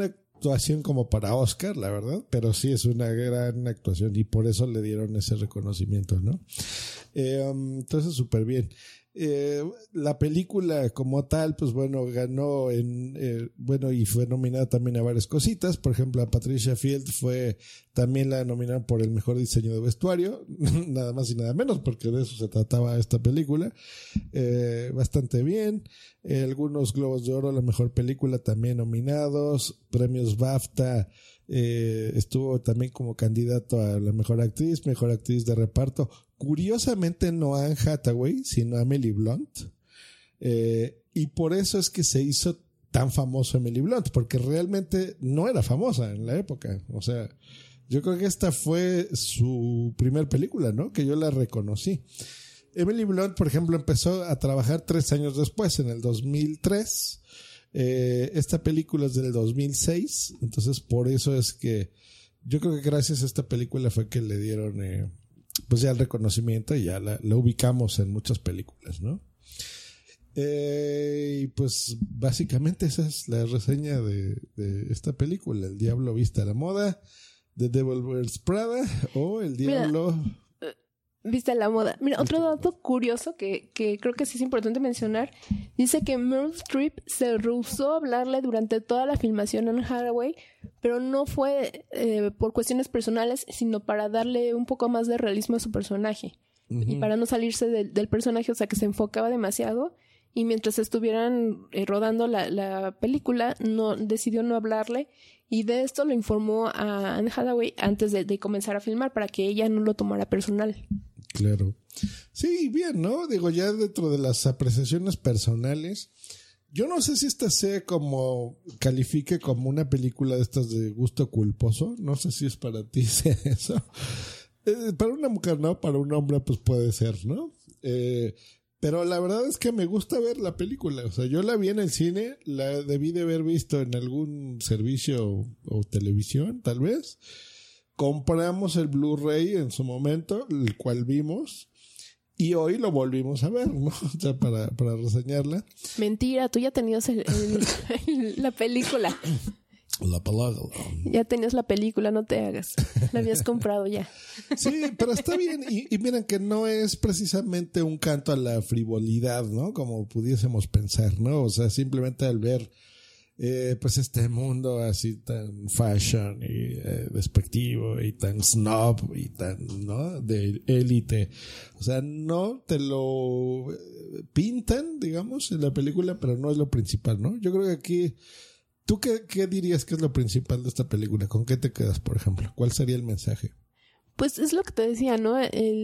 actuación como para Oscar, la verdad, pero sí es una gran actuación y por eso le dieron ese reconocimiento, ¿no? Entonces, súper bien. La película como tal, pues bueno, ganó y fue nominada también a varias cositas. Por ejemplo, a Patricia Field también la nominaron por el mejor diseño de vestuario, nada más y nada menos, porque de eso se trataba esta película. Bastante bien. Algunos Globos de Oro, la mejor película también nominados. Premios BAFTA. Estuvo también como candidato a la mejor actriz de reparto. Curiosamente no a Anne Hathaway, sino a Emily Blunt. Y por eso es que se hizo tan famoso Emily Blunt, porque realmente no era famosa en la época. O sea, yo creo que esta fue su primer película, ¿no? Que yo la reconocí. Emily Blunt, por ejemplo, empezó a trabajar 3 años después, en el 2003. Esta película es del 2006, entonces por eso es que yo creo que gracias a esta película fue que le dieron pues ya el reconocimiento y ya la ubicamos en muchas películas, ¿no? Y pues básicamente esa es la reseña de esta película, El Diablo Viste a la Moda, The Devil Wears Prada o El Diablo... Viste a la moda. Mira, otro dato curioso que creo que sí es importante mencionar, dice que Meryl Streep se rehusó a hablarle durante toda la filmación a Anne Hathaway, pero no fue por cuestiones personales, sino para darle un poco más de realismo a su personaje. Uh-huh. Y para no salirse del personaje, o sea, que se enfocaba demasiado, y mientras estuvieran rodando la película, decidió no hablarle, y de esto lo informó a Anne Hathaway antes de comenzar a filmar, para que ella no lo tomara personal. Claro. Sí, bien, ¿no? Digo, ya dentro de las apreciaciones personales, yo no sé si esta califique como una película de estas de gusto culposo. No sé si es para ti eso. Para una mujer no, para un hombre pues puede ser, ¿no? Pero la verdad es que me gusta ver la película. O sea, yo la vi en el cine, la debí de haber visto en algún servicio o televisión, tal vez. Compramos el Blu-ray en su momento, el cual vimos, y hoy lo volvimos a ver, ¿no? O sea, para reseñarla. Mentira, tú ya tenías la película. La película. Ya tenías la película, no te hagas. La habías comprado ya. Sí, pero está bien. Y miren que no es precisamente un canto a la frivolidad, ¿no? Como pudiésemos pensar, ¿no? O sea, simplemente al ver pues este mundo así tan fashion y despectivo y tan snob y tan, ¿no? De élite. O sea, no te lo pintan, digamos, en la película, pero no es lo principal, ¿no? Yo creo que aquí, ¿tú qué dirías que es lo principal de esta película? ¿Con qué te quedas, por ejemplo? ¿Cuál sería el mensaje? Pues es lo que te decía, ¿no?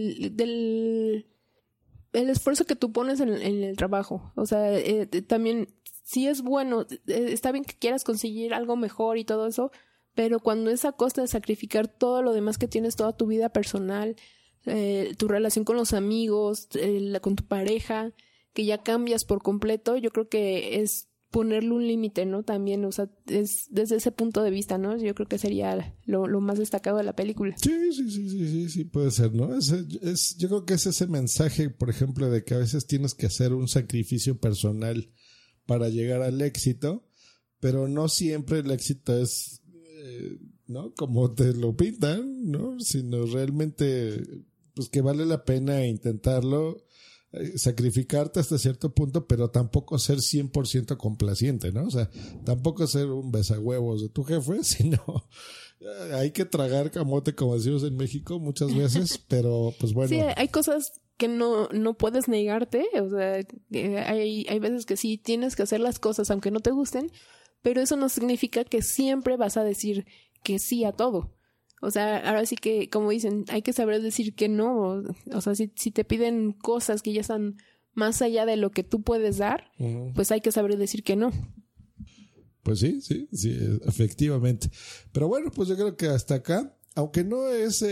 El esfuerzo que tú pones en el trabajo. O sea, también sí es bueno, está bien que quieras conseguir algo mejor y todo eso, pero cuando es a costa de sacrificar todo lo demás que tienes, toda tu vida personal, tu relación con los amigos, con tu pareja, que ya cambias por completo, yo creo que es ponerle un límite, ¿no? También, o sea, es desde ese punto de vista, ¿no? Yo creo que sería lo más destacado de la película. Sí, puede ser, ¿no? Yo creo que es ese mensaje, por ejemplo, de que a veces tienes que hacer un sacrificio personal para llegar al éxito, pero no siempre el éxito es, ¿no? Como te lo pintan, ¿no? Sino realmente, pues que vale la pena intentarlo, sacrificarte hasta cierto punto, pero tampoco ser 100% complaciente, ¿no? O sea, tampoco ser un besahuevos de tu jefe, sino hay que tragar camote, como decimos en México muchas veces, pero pues bueno. Sí, hay cosas que no puedes negarte, o sea, hay veces que sí tienes que hacer las cosas aunque no te gusten, pero eso no significa que siempre vas a decir que sí a todo. O sea, ahora sí que, como dicen, hay que saber decir que no. O sea, si te piden cosas que ya están más allá de lo que tú puedes dar, pues hay que saber decir que no. Pues sí, efectivamente. Pero bueno, pues yo creo que hasta acá, aunque no es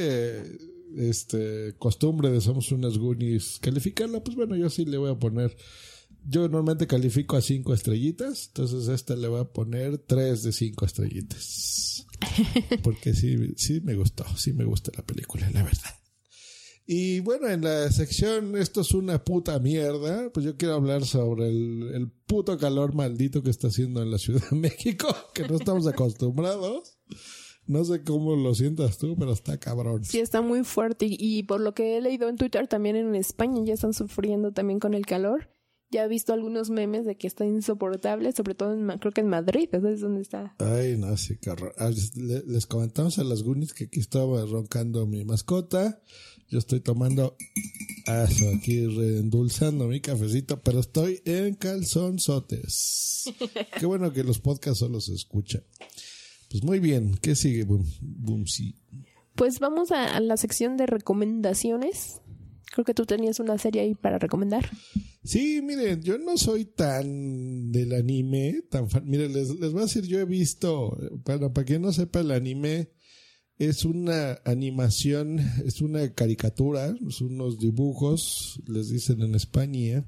costumbre de Somos Unas Goonies calificarla, pues bueno, yo sí le voy a poner. Yo normalmente califico a 5 estrellitas, entonces a esta le voy a poner 3 de 5 estrellitas. Porque sí me gustó, sí me gusta la película, la verdad. Y bueno, en la sección esto es una puta mierda, pues yo quiero hablar sobre el puto calor maldito que está haciendo en la Ciudad de México, que no estamos acostumbrados. No sé cómo lo sientas tú, pero está cabrón. Sí, está muy fuerte y por lo que he leído en Twitter, también en España ya están sufriendo también con el calor. Ya he visto algunos memes de que está insoportable, sobre todo creo que en Madrid, ¿sabes es donde está? Ay, no, sí, carro. Les comentamos a las Goonies que aquí estaba roncando mi mascota. Yo estoy tomando eso, aquí reendulzando mi cafecito, pero estoy en calzonzotes. Qué bueno que los podcasts solo se escuchan. Pues muy bien, ¿qué sigue, Boomsy? Pues vamos a la sección de recomendaciones. Creo que tú tenías una serie ahí para recomendar. Sí, miren, yo no soy tan del anime, miren, les voy a decir, yo he visto, para quien no sepa, el anime es una animación, es una caricatura, son unos dibujos, les dicen en España,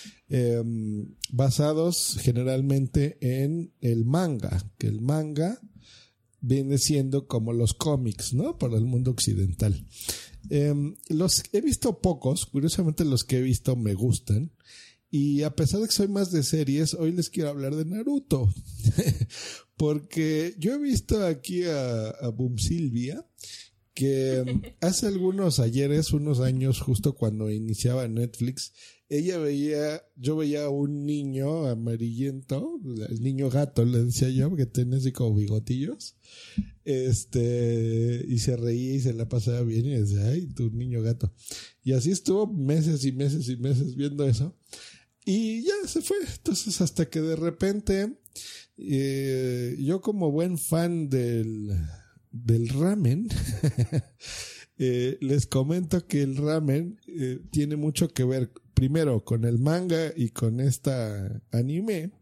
basados generalmente en el manga, que el manga viene siendo como los cómics, ¿no? Para el mundo occidental. Los he visto pocos, curiosamente los que he visto me gustan, y a pesar de que soy más de series, hoy les quiero hablar de Naruto, porque yo he visto aquí a Boom Silvia, que hace unos años, justo cuando iniciaba Netflix, yo veía a un niño amarillento, el niño gato le decía yo, que tenía así como bigotillos, y se reía y se la pasaba bien y decía, ay, tu niño gato. Y así estuvo meses y meses y meses viendo eso. Y ya se fue. Entonces hasta que de repente, yo como buen fan del ramen, les comento que el ramen tiene mucho que ver primero con el manga y con esta anime,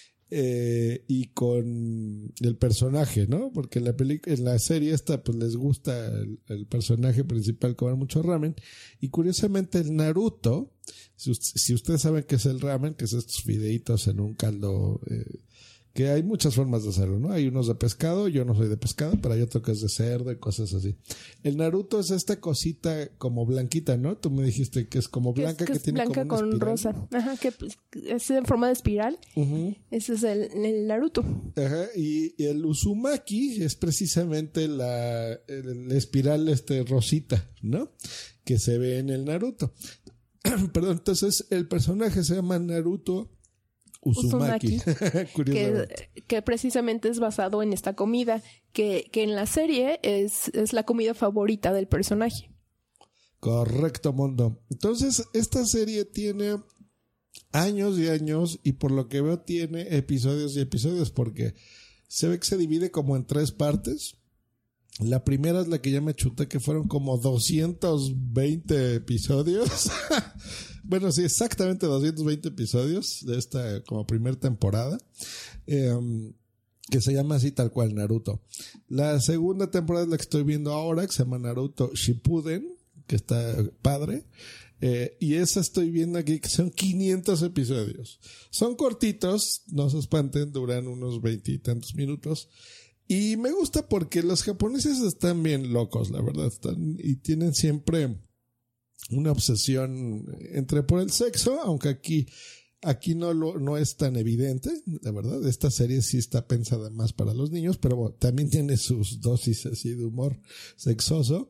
y con el personaje, ¿no? Porque en la serie esta pues les gusta el personaje principal comer mucho ramen, y curiosamente el Naruto, si ustedes saben qué es el ramen, que es estos fideitos en un caldo, que hay muchas formas de hacerlo, ¿no? Hay unos de pescado, yo no soy de pescado, pero hay otro que es de cerdo y cosas así. El Naruto es esta cosita como blanquita, ¿no? Tú me dijiste que es como blanca, que tiene blanca como una con espiral, rosa. Ajá, que es en forma de espiral. Uh-huh. Ese es el Naruto. Ajá, y el Uzumaki es precisamente la espiral rosita, ¿no? Que se ve en el Naruto. Perdón, entonces el personaje se llama Naruto Uzumaki. que precisamente es basado en esta comida, que en la serie es la comida favorita del personaje. Correcto, Mondo. Entonces, esta serie tiene años y años, y por lo que veo tiene episodios y episodios, porque se ve que se divide como en 3 partes. La primera es la que ya me chuté, que fueron como 220 episodios. Bueno, sí, exactamente 220 episodios de esta como primera temporada, que se llama así tal cual, Naruto. La segunda temporada es la que estoy viendo ahora, que se llama Naruto Shippuden, que está padre. Y esa estoy viendo aquí, que son 500 episodios. Son cortitos, no se espanten, duran unos 20 y tantos minutos. Y me gusta porque los japoneses están bien locos, la verdad, y tienen siempre una obsesión por el sexo, aunque aquí no es tan evidente, la verdad. Esta serie sí está pensada más para los niños, pero bueno, también tiene sus dosis así de humor sexoso,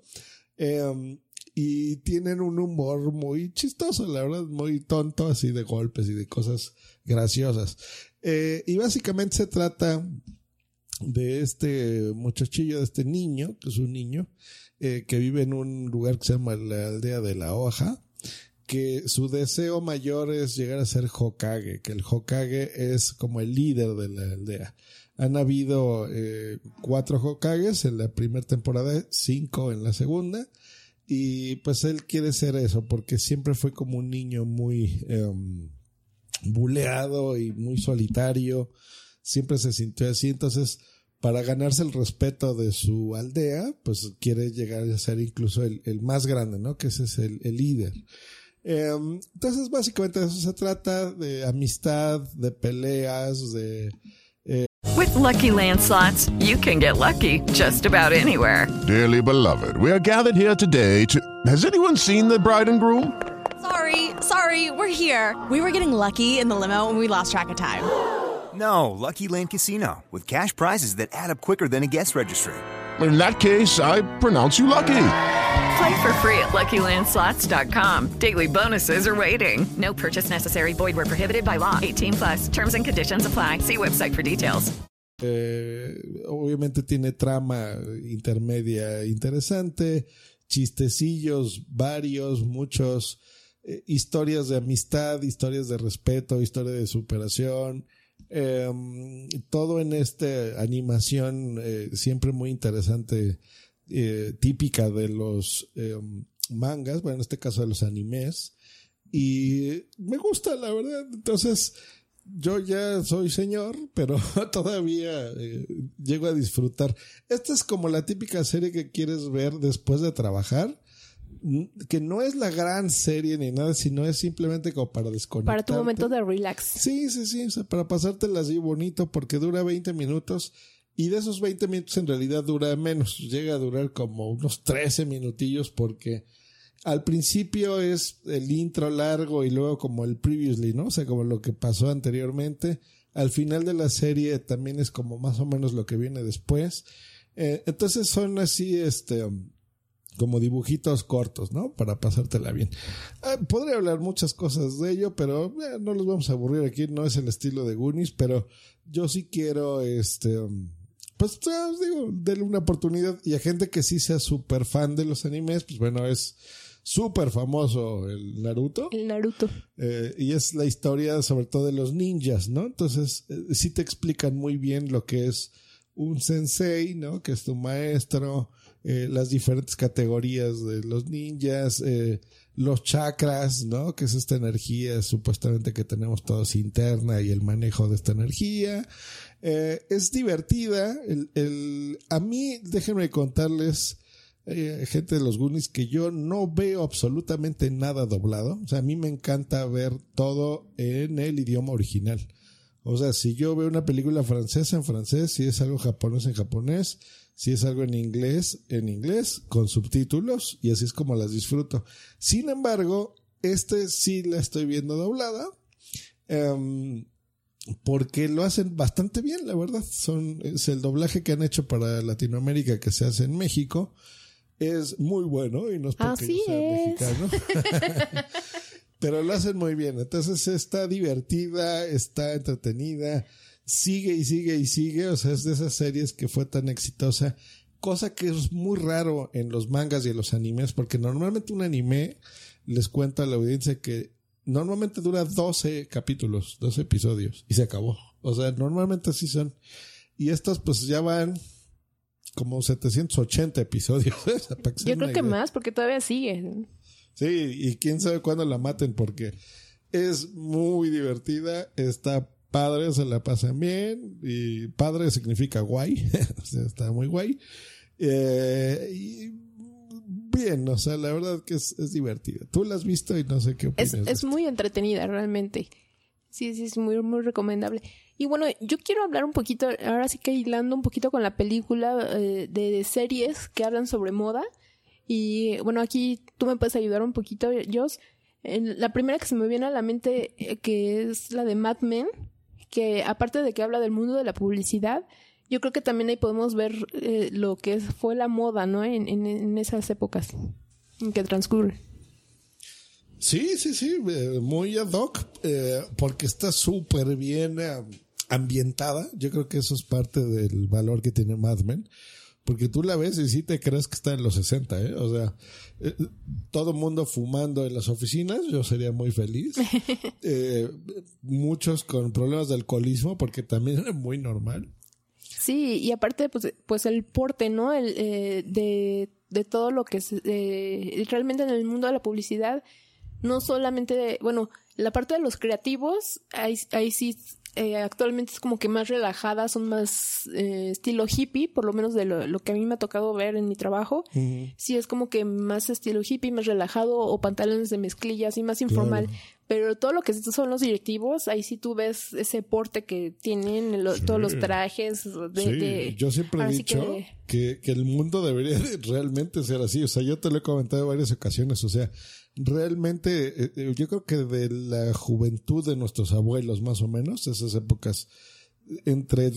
y tienen un humor muy chistoso, la verdad, muy tonto, así de golpes y de cosas graciosas, y básicamente se trata de este muchachillo, de este niño, que es un niño que vive en un lugar que se llama la aldea de la hoja, que su deseo mayor es llegar a ser Hokage, que el Hokage es como el líder de la aldea. Han habido 4 Hokages en la primera temporada, 5 en la segunda, y pues él quiere ser eso, porque siempre fue como un niño muy buleado y muy solitario. Siempre se sintió así, entonces para ganarse el respeto de su aldea, pues quiere llegar a ser incluso el más grande, ¿no? Que ese es el líder. Entonces básicamente de eso se trata, de amistad, de peleas, de... With Lucky Land Slots, you can get lucky just about anywhere. Dearly beloved, we are gathered here today to... Has anyone seen the bride and groom? Sorry, we're here. We were getting lucky in the limo and we lost track of time. No, Lucky Land Casino, with cash prizes that add up quicker than a guest registry. In that case, I pronounce you lucky. Play for free at LuckyLandSlots.com. Daily bonuses are waiting. No purchase necessary. Void where prohibited by law. 18+. Terms and conditions apply. See website for details. Obviamente tiene trama intermedia interesante, chistecillos varios, muchos, historias de amistad, historias de respeto, historia de superación. Todo en esta animación siempre muy interesante, típica de los mangas, bueno, en este caso de los animes, y me gusta, la verdad. Entonces yo ya soy señor, pero todavía llego a disfrutar. Esta es como la típica serie que quieres ver después de trabajar, que no es la gran serie ni nada, sino es simplemente como para desconectarte. Para tu momento de relax. Sí, o sea, para pasártela así bonito, porque dura 20 minutos y de esos 20 minutos en realidad dura menos, llega a durar como unos 13 minutillos, porque al principio es el intro largo y luego como el previously, ¿no? O sea, como lo que pasó anteriormente. Al final de la serie también es como más o menos lo que viene después. Entonces son así, como dibujitos cortos, ¿no? Para pasártela bien. Podría hablar muchas cosas de ello, pero no los vamos a aburrir aquí. No es el estilo de Goonies, pero yo sí quiero, pues digo, denle una oportunidad. Y a gente que sí sea súper fan de los animes, pues bueno, es súper famoso el Naruto. El Naruto. Y es la historia sobre todo de los ninjas, ¿no? Entonces, sí te explican muy bien lo que es un sensei, ¿no? Que es tu maestro, las diferentes categorías de los ninjas, los chakras, ¿no? Que es esta energía supuestamente que tenemos todos interna y el manejo de esta energía. Es divertida. A mí, déjenme contarles, gente de los Goonies, que yo no veo absolutamente nada doblado. O sea, a mí me encanta ver todo en el idioma original. O sea, si yo veo una película francesa, en francés; si es algo japonés, en japonés; si es algo en inglés, con subtítulos, y así es como las disfruto. Sin embargo, sí la estoy viendo doblada, porque lo hacen bastante bien, la verdad. Es el doblaje que han hecho para Latinoamérica, que se hace en México, es muy bueno, y no es porque yo sea mexicano. Pero lo hacen muy bien. Entonces está divertida, está entretenida, sigue y sigue y sigue. O sea, es de esas series que fue tan exitosa, cosa que es muy raro en los mangas y en los animes, porque normalmente un anime, les cuento a la audiencia que normalmente dura 12 capítulos, 12 episodios, y se acabó. O sea, normalmente así son. Y estos pues ya van como 780 episodios. Yo creo que más, porque todavía siguen. Sí, y quién sabe cuándo la maten, porque es muy divertida, está padre, se la pasan bien, y padre significa guay, o sea, está muy guay, y bien, o sea, la verdad que es divertida. Tú la has visto y no sé qué opinas. Es muy entretenida, realmente. Sí, es muy, muy recomendable. Y bueno, yo quiero hablar un poquito, ahora sí que hilando un poquito con la película, de series que hablan sobre moda. Y bueno, aquí tú me puedes ayudar un poquito, Joss. La primera que se me viene a la mente, que es la de Mad Men, que aparte de que habla del mundo de la publicidad, yo creo que también ahí podemos ver lo que fue la moda, ¿no? En esas épocas en que transcurre. Sí, muy ad hoc, porque está súper bien ambientada. Yo creo que eso es parte del valor que tiene Mad Men. Porque tú la ves y sí te crees que está en los 60, ¿eh? O sea, todo mundo fumando en las oficinas, yo sería muy feliz. Muchos con problemas de alcoholismo, porque también era muy normal. Sí, y aparte, pues el porte, ¿no? De todo lo que es realmente en el mundo de la publicidad, no solamente, bueno, la parte de los creativos, ahí sí actualmente es como que más relajadas, son más estilo hippie, por lo menos de lo que a mí me ha tocado ver en mi trabajo. Sí, es como que más estilo hippie, más relajado, o pantalones de mezclilla, así más informal. Claro. Pero todo lo que son los directivos, ahí sí tú ves ese porte que tienen, todos los trajes. Yo siempre he dicho que el mundo debería realmente ser así. O sea, yo te lo he comentado en varias ocasiones. O sea, realmente yo creo que de la juventud de nuestros abuelos, más o menos, esas épocas, entre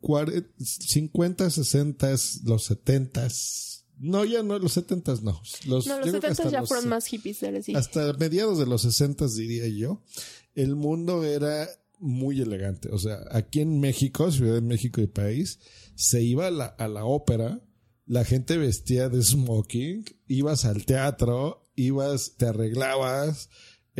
50, 60, los 70. No, ya no, los 70 no. Los 70 ya fueron más hippies, sí. Hasta mediados de los 60, diría yo, el mundo era muy elegante. O sea, aquí en México, Ciudad de México y país, se iba a la ópera, la gente vestía de smoking, ibas al teatro, te arreglabas,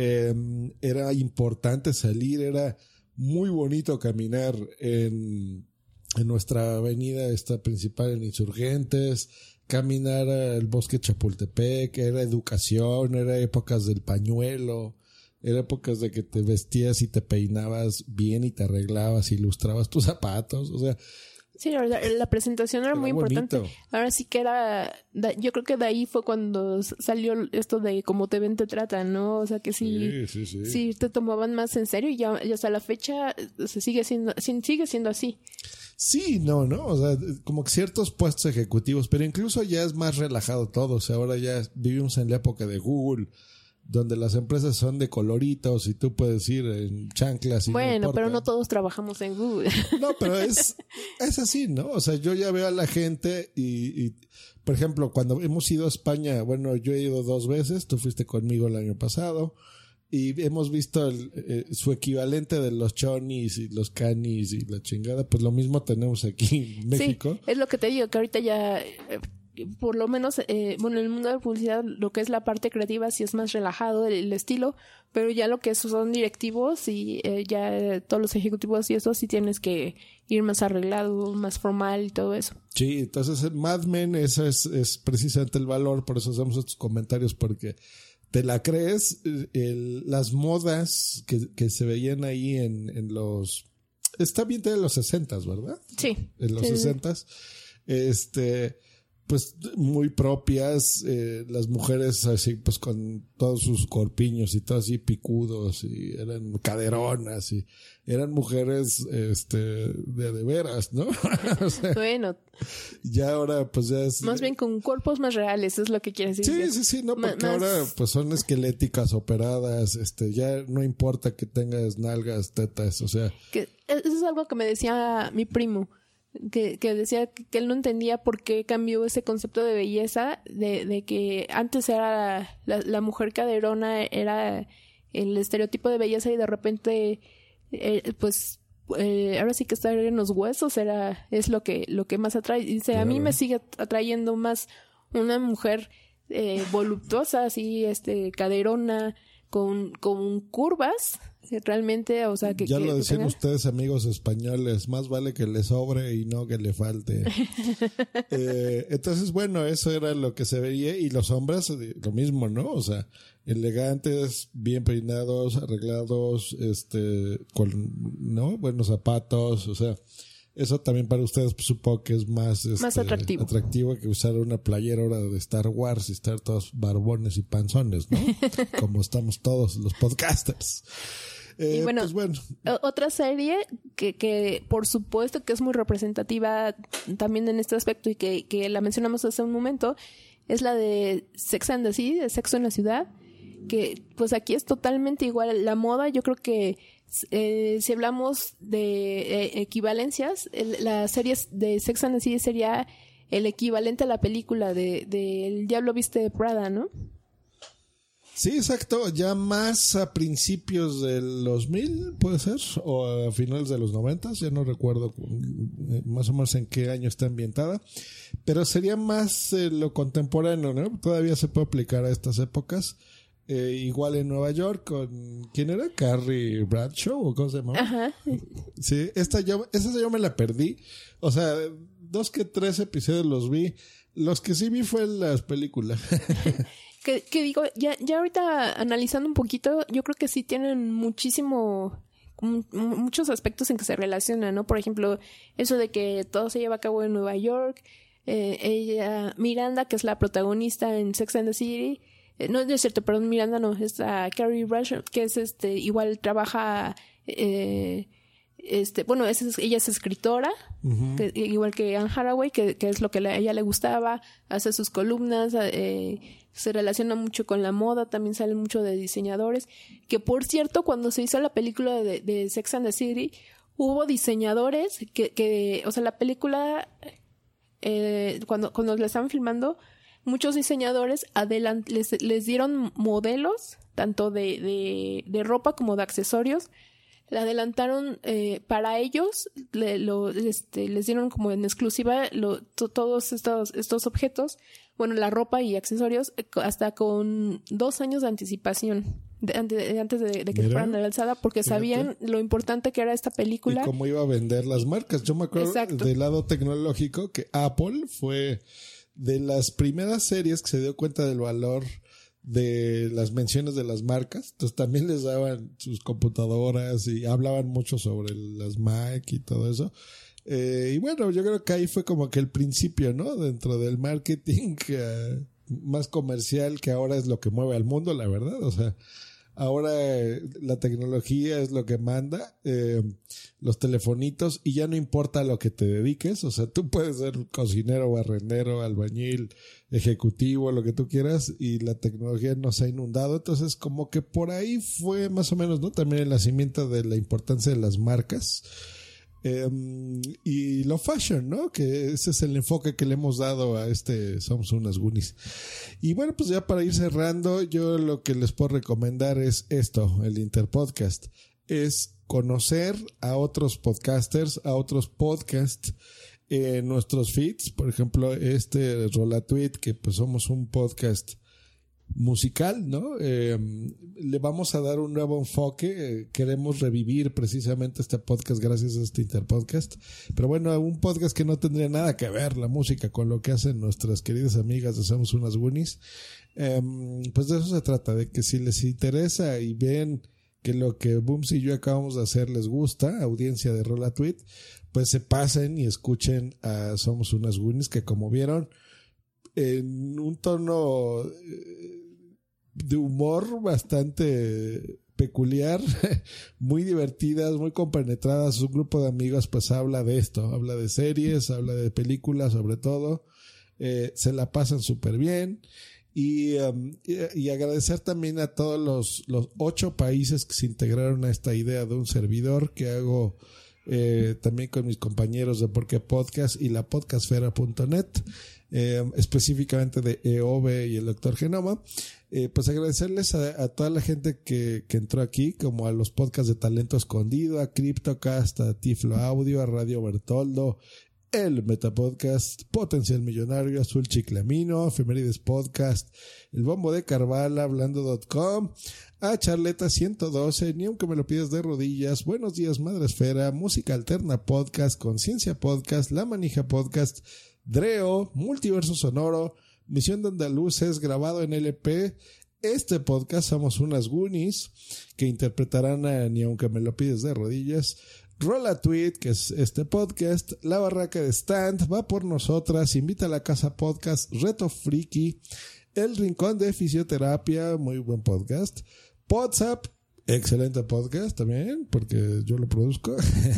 era importante salir, era muy bonito caminar en nuestra avenida esta principal en Insurgentes, caminar al bosque Chapultepec, era educación, era épocas del pañuelo, era épocas de que te vestías y te peinabas bien y te arreglabas y lustrabas tus zapatos, o sea... Sí, la presentación era muy importante. Ahora sí que yo creo que de ahí fue cuando salió esto de cómo te ven, te tratan, ¿no? O sea que sí te tomaban más en serio y hasta la fecha sigue siendo así. Sí, no, o sea, como que ciertos puestos ejecutivos, pero incluso ya es más relajado todo. O sea, ahora ya vivimos en la época de Google, donde las empresas son de coloritos y tú puedes ir en chanclas y bueno, pero no todos trabajamos en Google. No, pero es así, ¿no? O sea, yo ya veo a la gente y por ejemplo, cuando hemos ido a España, bueno, yo he ido 2 veces, tú fuiste conmigo el año pasado, y hemos visto su equivalente de los chonis y los canis y la chingada, pues lo mismo tenemos aquí en México. Sí, es lo que te digo, que ahorita ya... por lo menos, en el mundo de la publicidad, lo que es la parte creativa sí es más relajado el estilo, pero ya lo que son directivos y ya todos los ejecutivos y eso sí tienes que ir más arreglado, más formal y todo eso. Sí, entonces en Mad Men eso es precisamente el valor, por eso hacemos estos comentarios, porque te la crees, las modas que se veían ahí en los... Está bien de los 60s, ¿verdad? Sí. En los 60s. Pues muy propias, las mujeres así pues con todos sus corpiños y todo así picudos y eran caderonas y eran mujeres de veras, ¿no? O sea, bueno, ya ahora pues ya es más bien con cuerpos más reales, es lo que quieres decir. Sí, no, porque ahora pues son esqueléticas, operadas, ya no importa que tengas nalgas, tetas, o sea, que eso es algo que me decía mi primo. Que decía que él no entendía por qué cambió ese concepto de belleza, de que antes era la mujer caderona, era el estereotipo de belleza, y de repente ahora sí que estar en los huesos es lo que más atrae. Dice, claro. A mí me sigue atrayendo más una mujer voluptuosa, así caderona, con curvas, realmente, o sea, ya lo decían ustedes, amigos españoles, más vale que le sobre y no que le falte. Entonces, bueno, eso era lo que se veía, y los hombres lo mismo, ¿no? O sea, elegantes, bien peinados, arreglados, con buenos zapatos, o sea, eso también para ustedes pues, supongo que es más atractivo que usar una playera ahora de Star Wars y estar todos barbones y panzones, ¿no? Como estamos todos los podcasters. Y bueno, otra serie que por supuesto que es muy representativa también en este aspecto y que la mencionamos hace un momento, es la de Sex and the City, de Sexo en la Ciudad, que pues aquí es totalmente igual. La moda, yo creo que si hablamos de equivalencias, la serie de Sex and the City sería el equivalente a la película de El Diablo Viste de Prada, ¿no? Sí, exacto, ya más a principios del 2000, puede ser, o a finales de los 90, ya no recuerdo más o menos en qué año está ambientada, pero sería más lo contemporáneo, ¿no? Todavía se puede aplicar a estas épocas. Igual en Nueva York con... ¿Quién era? Carrie Bradshaw, ¿o cómo se llamaba? Ajá. Sí, esa yo me la perdí. O sea, 2 que 3 episodios los vi. Los que sí vi fue en las películas. que digo, ya ahorita analizando un poquito, yo creo que sí tienen muchísimo muchos aspectos en que se relacionan, ¿no? Por ejemplo, eso de que todo se lleva a cabo en Nueva York. Ella, Miranda, que es la protagonista en Sex and the City. No es cierto, perdón, Miranda no, es Carrie Bradshaw, que es igual trabaja... ella es escritora, igual que Anne Hathaway, que es lo que a ella le gustaba, hace sus columnas, se relaciona mucho con la moda, también salen mucho de diseñadores, que por cierto, cuando se hizo la película de Sex and the City, hubo diseñadores que o sea, la película, cuando la estaban filmando, muchos diseñadores les dieron modelos, tanto de ropa como de accesorios. Le adelantaron para ellos, les dieron como en exclusiva todos estos objetos, bueno, la ropa y accesorios, hasta con 2 años de anticipación, antes de que fueran a la alzada, porque sabían lo importante que era esta película. Y cómo iba a vender las marcas. Yo me acuerdo del lado tecnológico que Apple fue de las primeras series que se dio cuenta del valor de las menciones de las marcas. Entonces también les daban sus computadoras y hablaban mucho sobre las Mac y todo eso. Y bueno, yo creo que ahí fue como que el principio, ¿no? Dentro del marketing más comercial, que ahora es lo que mueve al mundo, la verdad. O sea, ahora la tecnología es lo que manda, los telefonitos, y ya no importa a lo que te dediques. O sea, tú puedes ser cocinero, barrendero, albañil, ejecutivo, lo que tú quieras, y la tecnología nos ha inundado. Entonces, como que por ahí fue más o menos, ¿no? También el nacimiento de la importancia de las marcas. Y lo fashion, ¿no? Que ese es el enfoque que le hemos dado a Somos Unas Goonies. Y bueno, pues ya para ir cerrando, yo lo que les puedo recomendar es esto, el Interpodcast. Es conocer a otros podcasters, a otros podcasts en nuestros feeds. Por ejemplo, Rolatweet, que pues somos un podcast musical, ¿no? Le vamos a dar un nuevo enfoque. Queremos revivir precisamente este podcast gracias a este Interpodcast. Pero bueno, un podcast que no tendría nada que ver la música con lo que hacen nuestras queridas amigas de Somos Unas Goonies. Pues de eso se trata, de que si les interesa y ven que lo que Booms y yo acabamos de hacer les gusta, audiencia de Rolatweet, pues se pasen y escuchen a Somos Unas Goonies, que como vieron, en un tono de humor bastante peculiar, muy divertidas, muy compenetradas. Un grupo de amigos pues habla de esto, habla de series, habla de películas sobre todo, se la pasan súper bien. Y agradecer también a todos los 8 países que se integraron a esta idea de un servidor que hago también con mis compañeros de Porque Podcast y la podcastfera.net. Específicamente de EOB y el Dr. Genoma. Pues agradecerles a toda la gente que entró aquí, como a los podcasts de Talento Escondido, a CryptoCast, a Tiflo Audio, a Radio Bertoldo, el Metapodcast, Potencial Millonario, Azul Chiclamino, Efemérides Podcast, El Bombo de Carvala, Hablando.com, a Charleta 112, Ni aunque me lo pidas de rodillas, Buenos Días Madresfera, Música Alterna Podcast, Conciencia Podcast, La Manija Podcast, Dreo, Multiverso Sonoro, Misión de Andaluces, grabado en LP. Este podcast Somos Unas Goonies, que interpretarán a Ni aunque me lo pides de rodillas. Rolatweet, que es este podcast. La Barraca de Stand, Va por Nosotras, Invita a la Casa Podcast, Reto Friki, El Rincón de Fisioterapia, muy buen podcast. WhatsApp, excelente podcast también, porque yo lo produzco.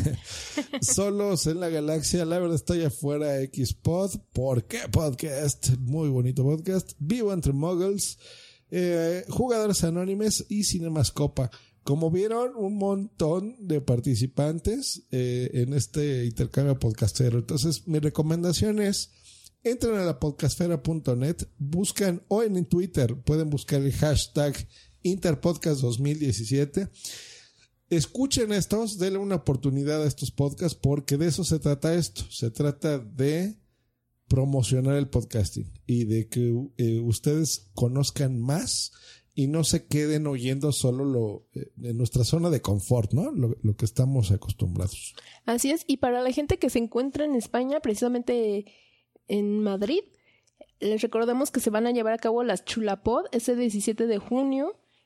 Solos en la Galaxia, La Verdad Estoy Afuera, Xpod, ¿Por qué Podcast? Muy bonito podcast. Vivo Entre Muggles, Jugadores Anónimes y Cinemascopa. Como vieron, un montón de participantes en este intercambio podcastero. Entonces, mi recomendación es: entren a la podcastfera.net, buscan, o en Twitter pueden buscar el hashtag Interpodcast 2017. Escuchen estos, denle una oportunidad a estos podcasts, porque de eso se trata esto. Se trata de promocionar el podcasting y de que ustedes conozcan más y no se queden oyendo solo en nuestra zona de confort, ¿no? Lo que estamos acostumbrados. Así es, y para la gente que se encuentra en España, precisamente en Madrid, les recordamos que se van a llevar a cabo las Chulapod ese 17 de junio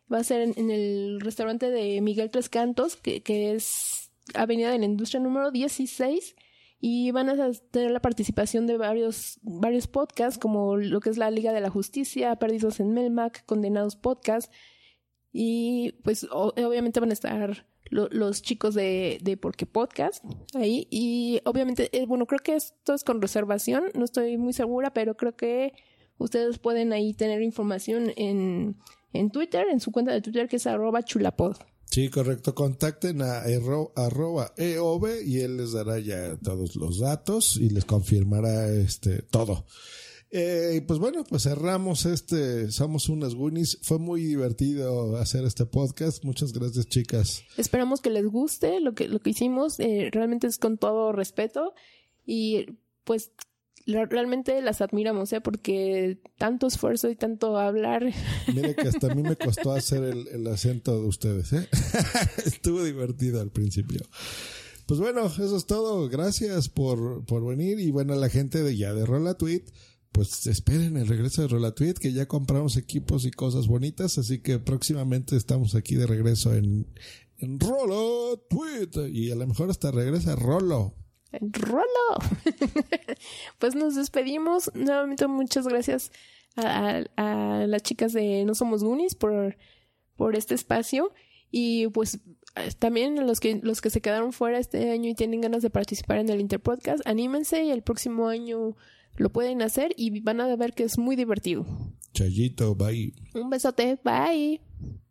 Va a ser en el restaurante de Miguel Tres Cantos, que es Avenida de la Industria número 16. Y van a tener la participación de varios podcasts, como lo que es la Liga de la Justicia, Perdidos en Melmac, Condenados Podcast. Y pues obviamente van a estar los chicos de Porque Podcast ahí. Y obviamente, bueno, creo que esto es con reservación. No estoy muy segura, pero creo que ustedes pueden ahí tener información en Twitter, en su cuenta de Twitter, que es @chulapod. Sí, correcto. Contacten a @eov y él les dará ya todos los datos y les confirmará todo. Pues bueno, pues cerramos Somos unas Goonies. Fue muy divertido hacer este podcast. Muchas gracias, chicas. Esperamos que les guste lo que hicimos. Realmente es con todo respeto y pues realmente las admiramos, porque tanto esfuerzo y tanto hablar. Mire que hasta a mí me costó hacer el acento de ustedes, Estuvo divertido al principio. Pues bueno, eso es todo. Gracias por venir. Y bueno, la gente de Rola Tweet, pues esperen el regreso de Rola Tweet, que ya compramos equipos y cosas bonitas, así que próximamente estamos aquí de regreso en Rola Tweet, y a lo mejor hasta regresa Rolo. Pues nos despedimos. Nuevamente muchas gracias a las chicas de No Somos Goonies por este espacio, y pues también los que se quedaron fuera este año y tienen ganas de participar en el Interpodcast, anímense y el próximo año lo pueden hacer y van a ver que es muy divertido. Chayito, bye. Un besote, bye.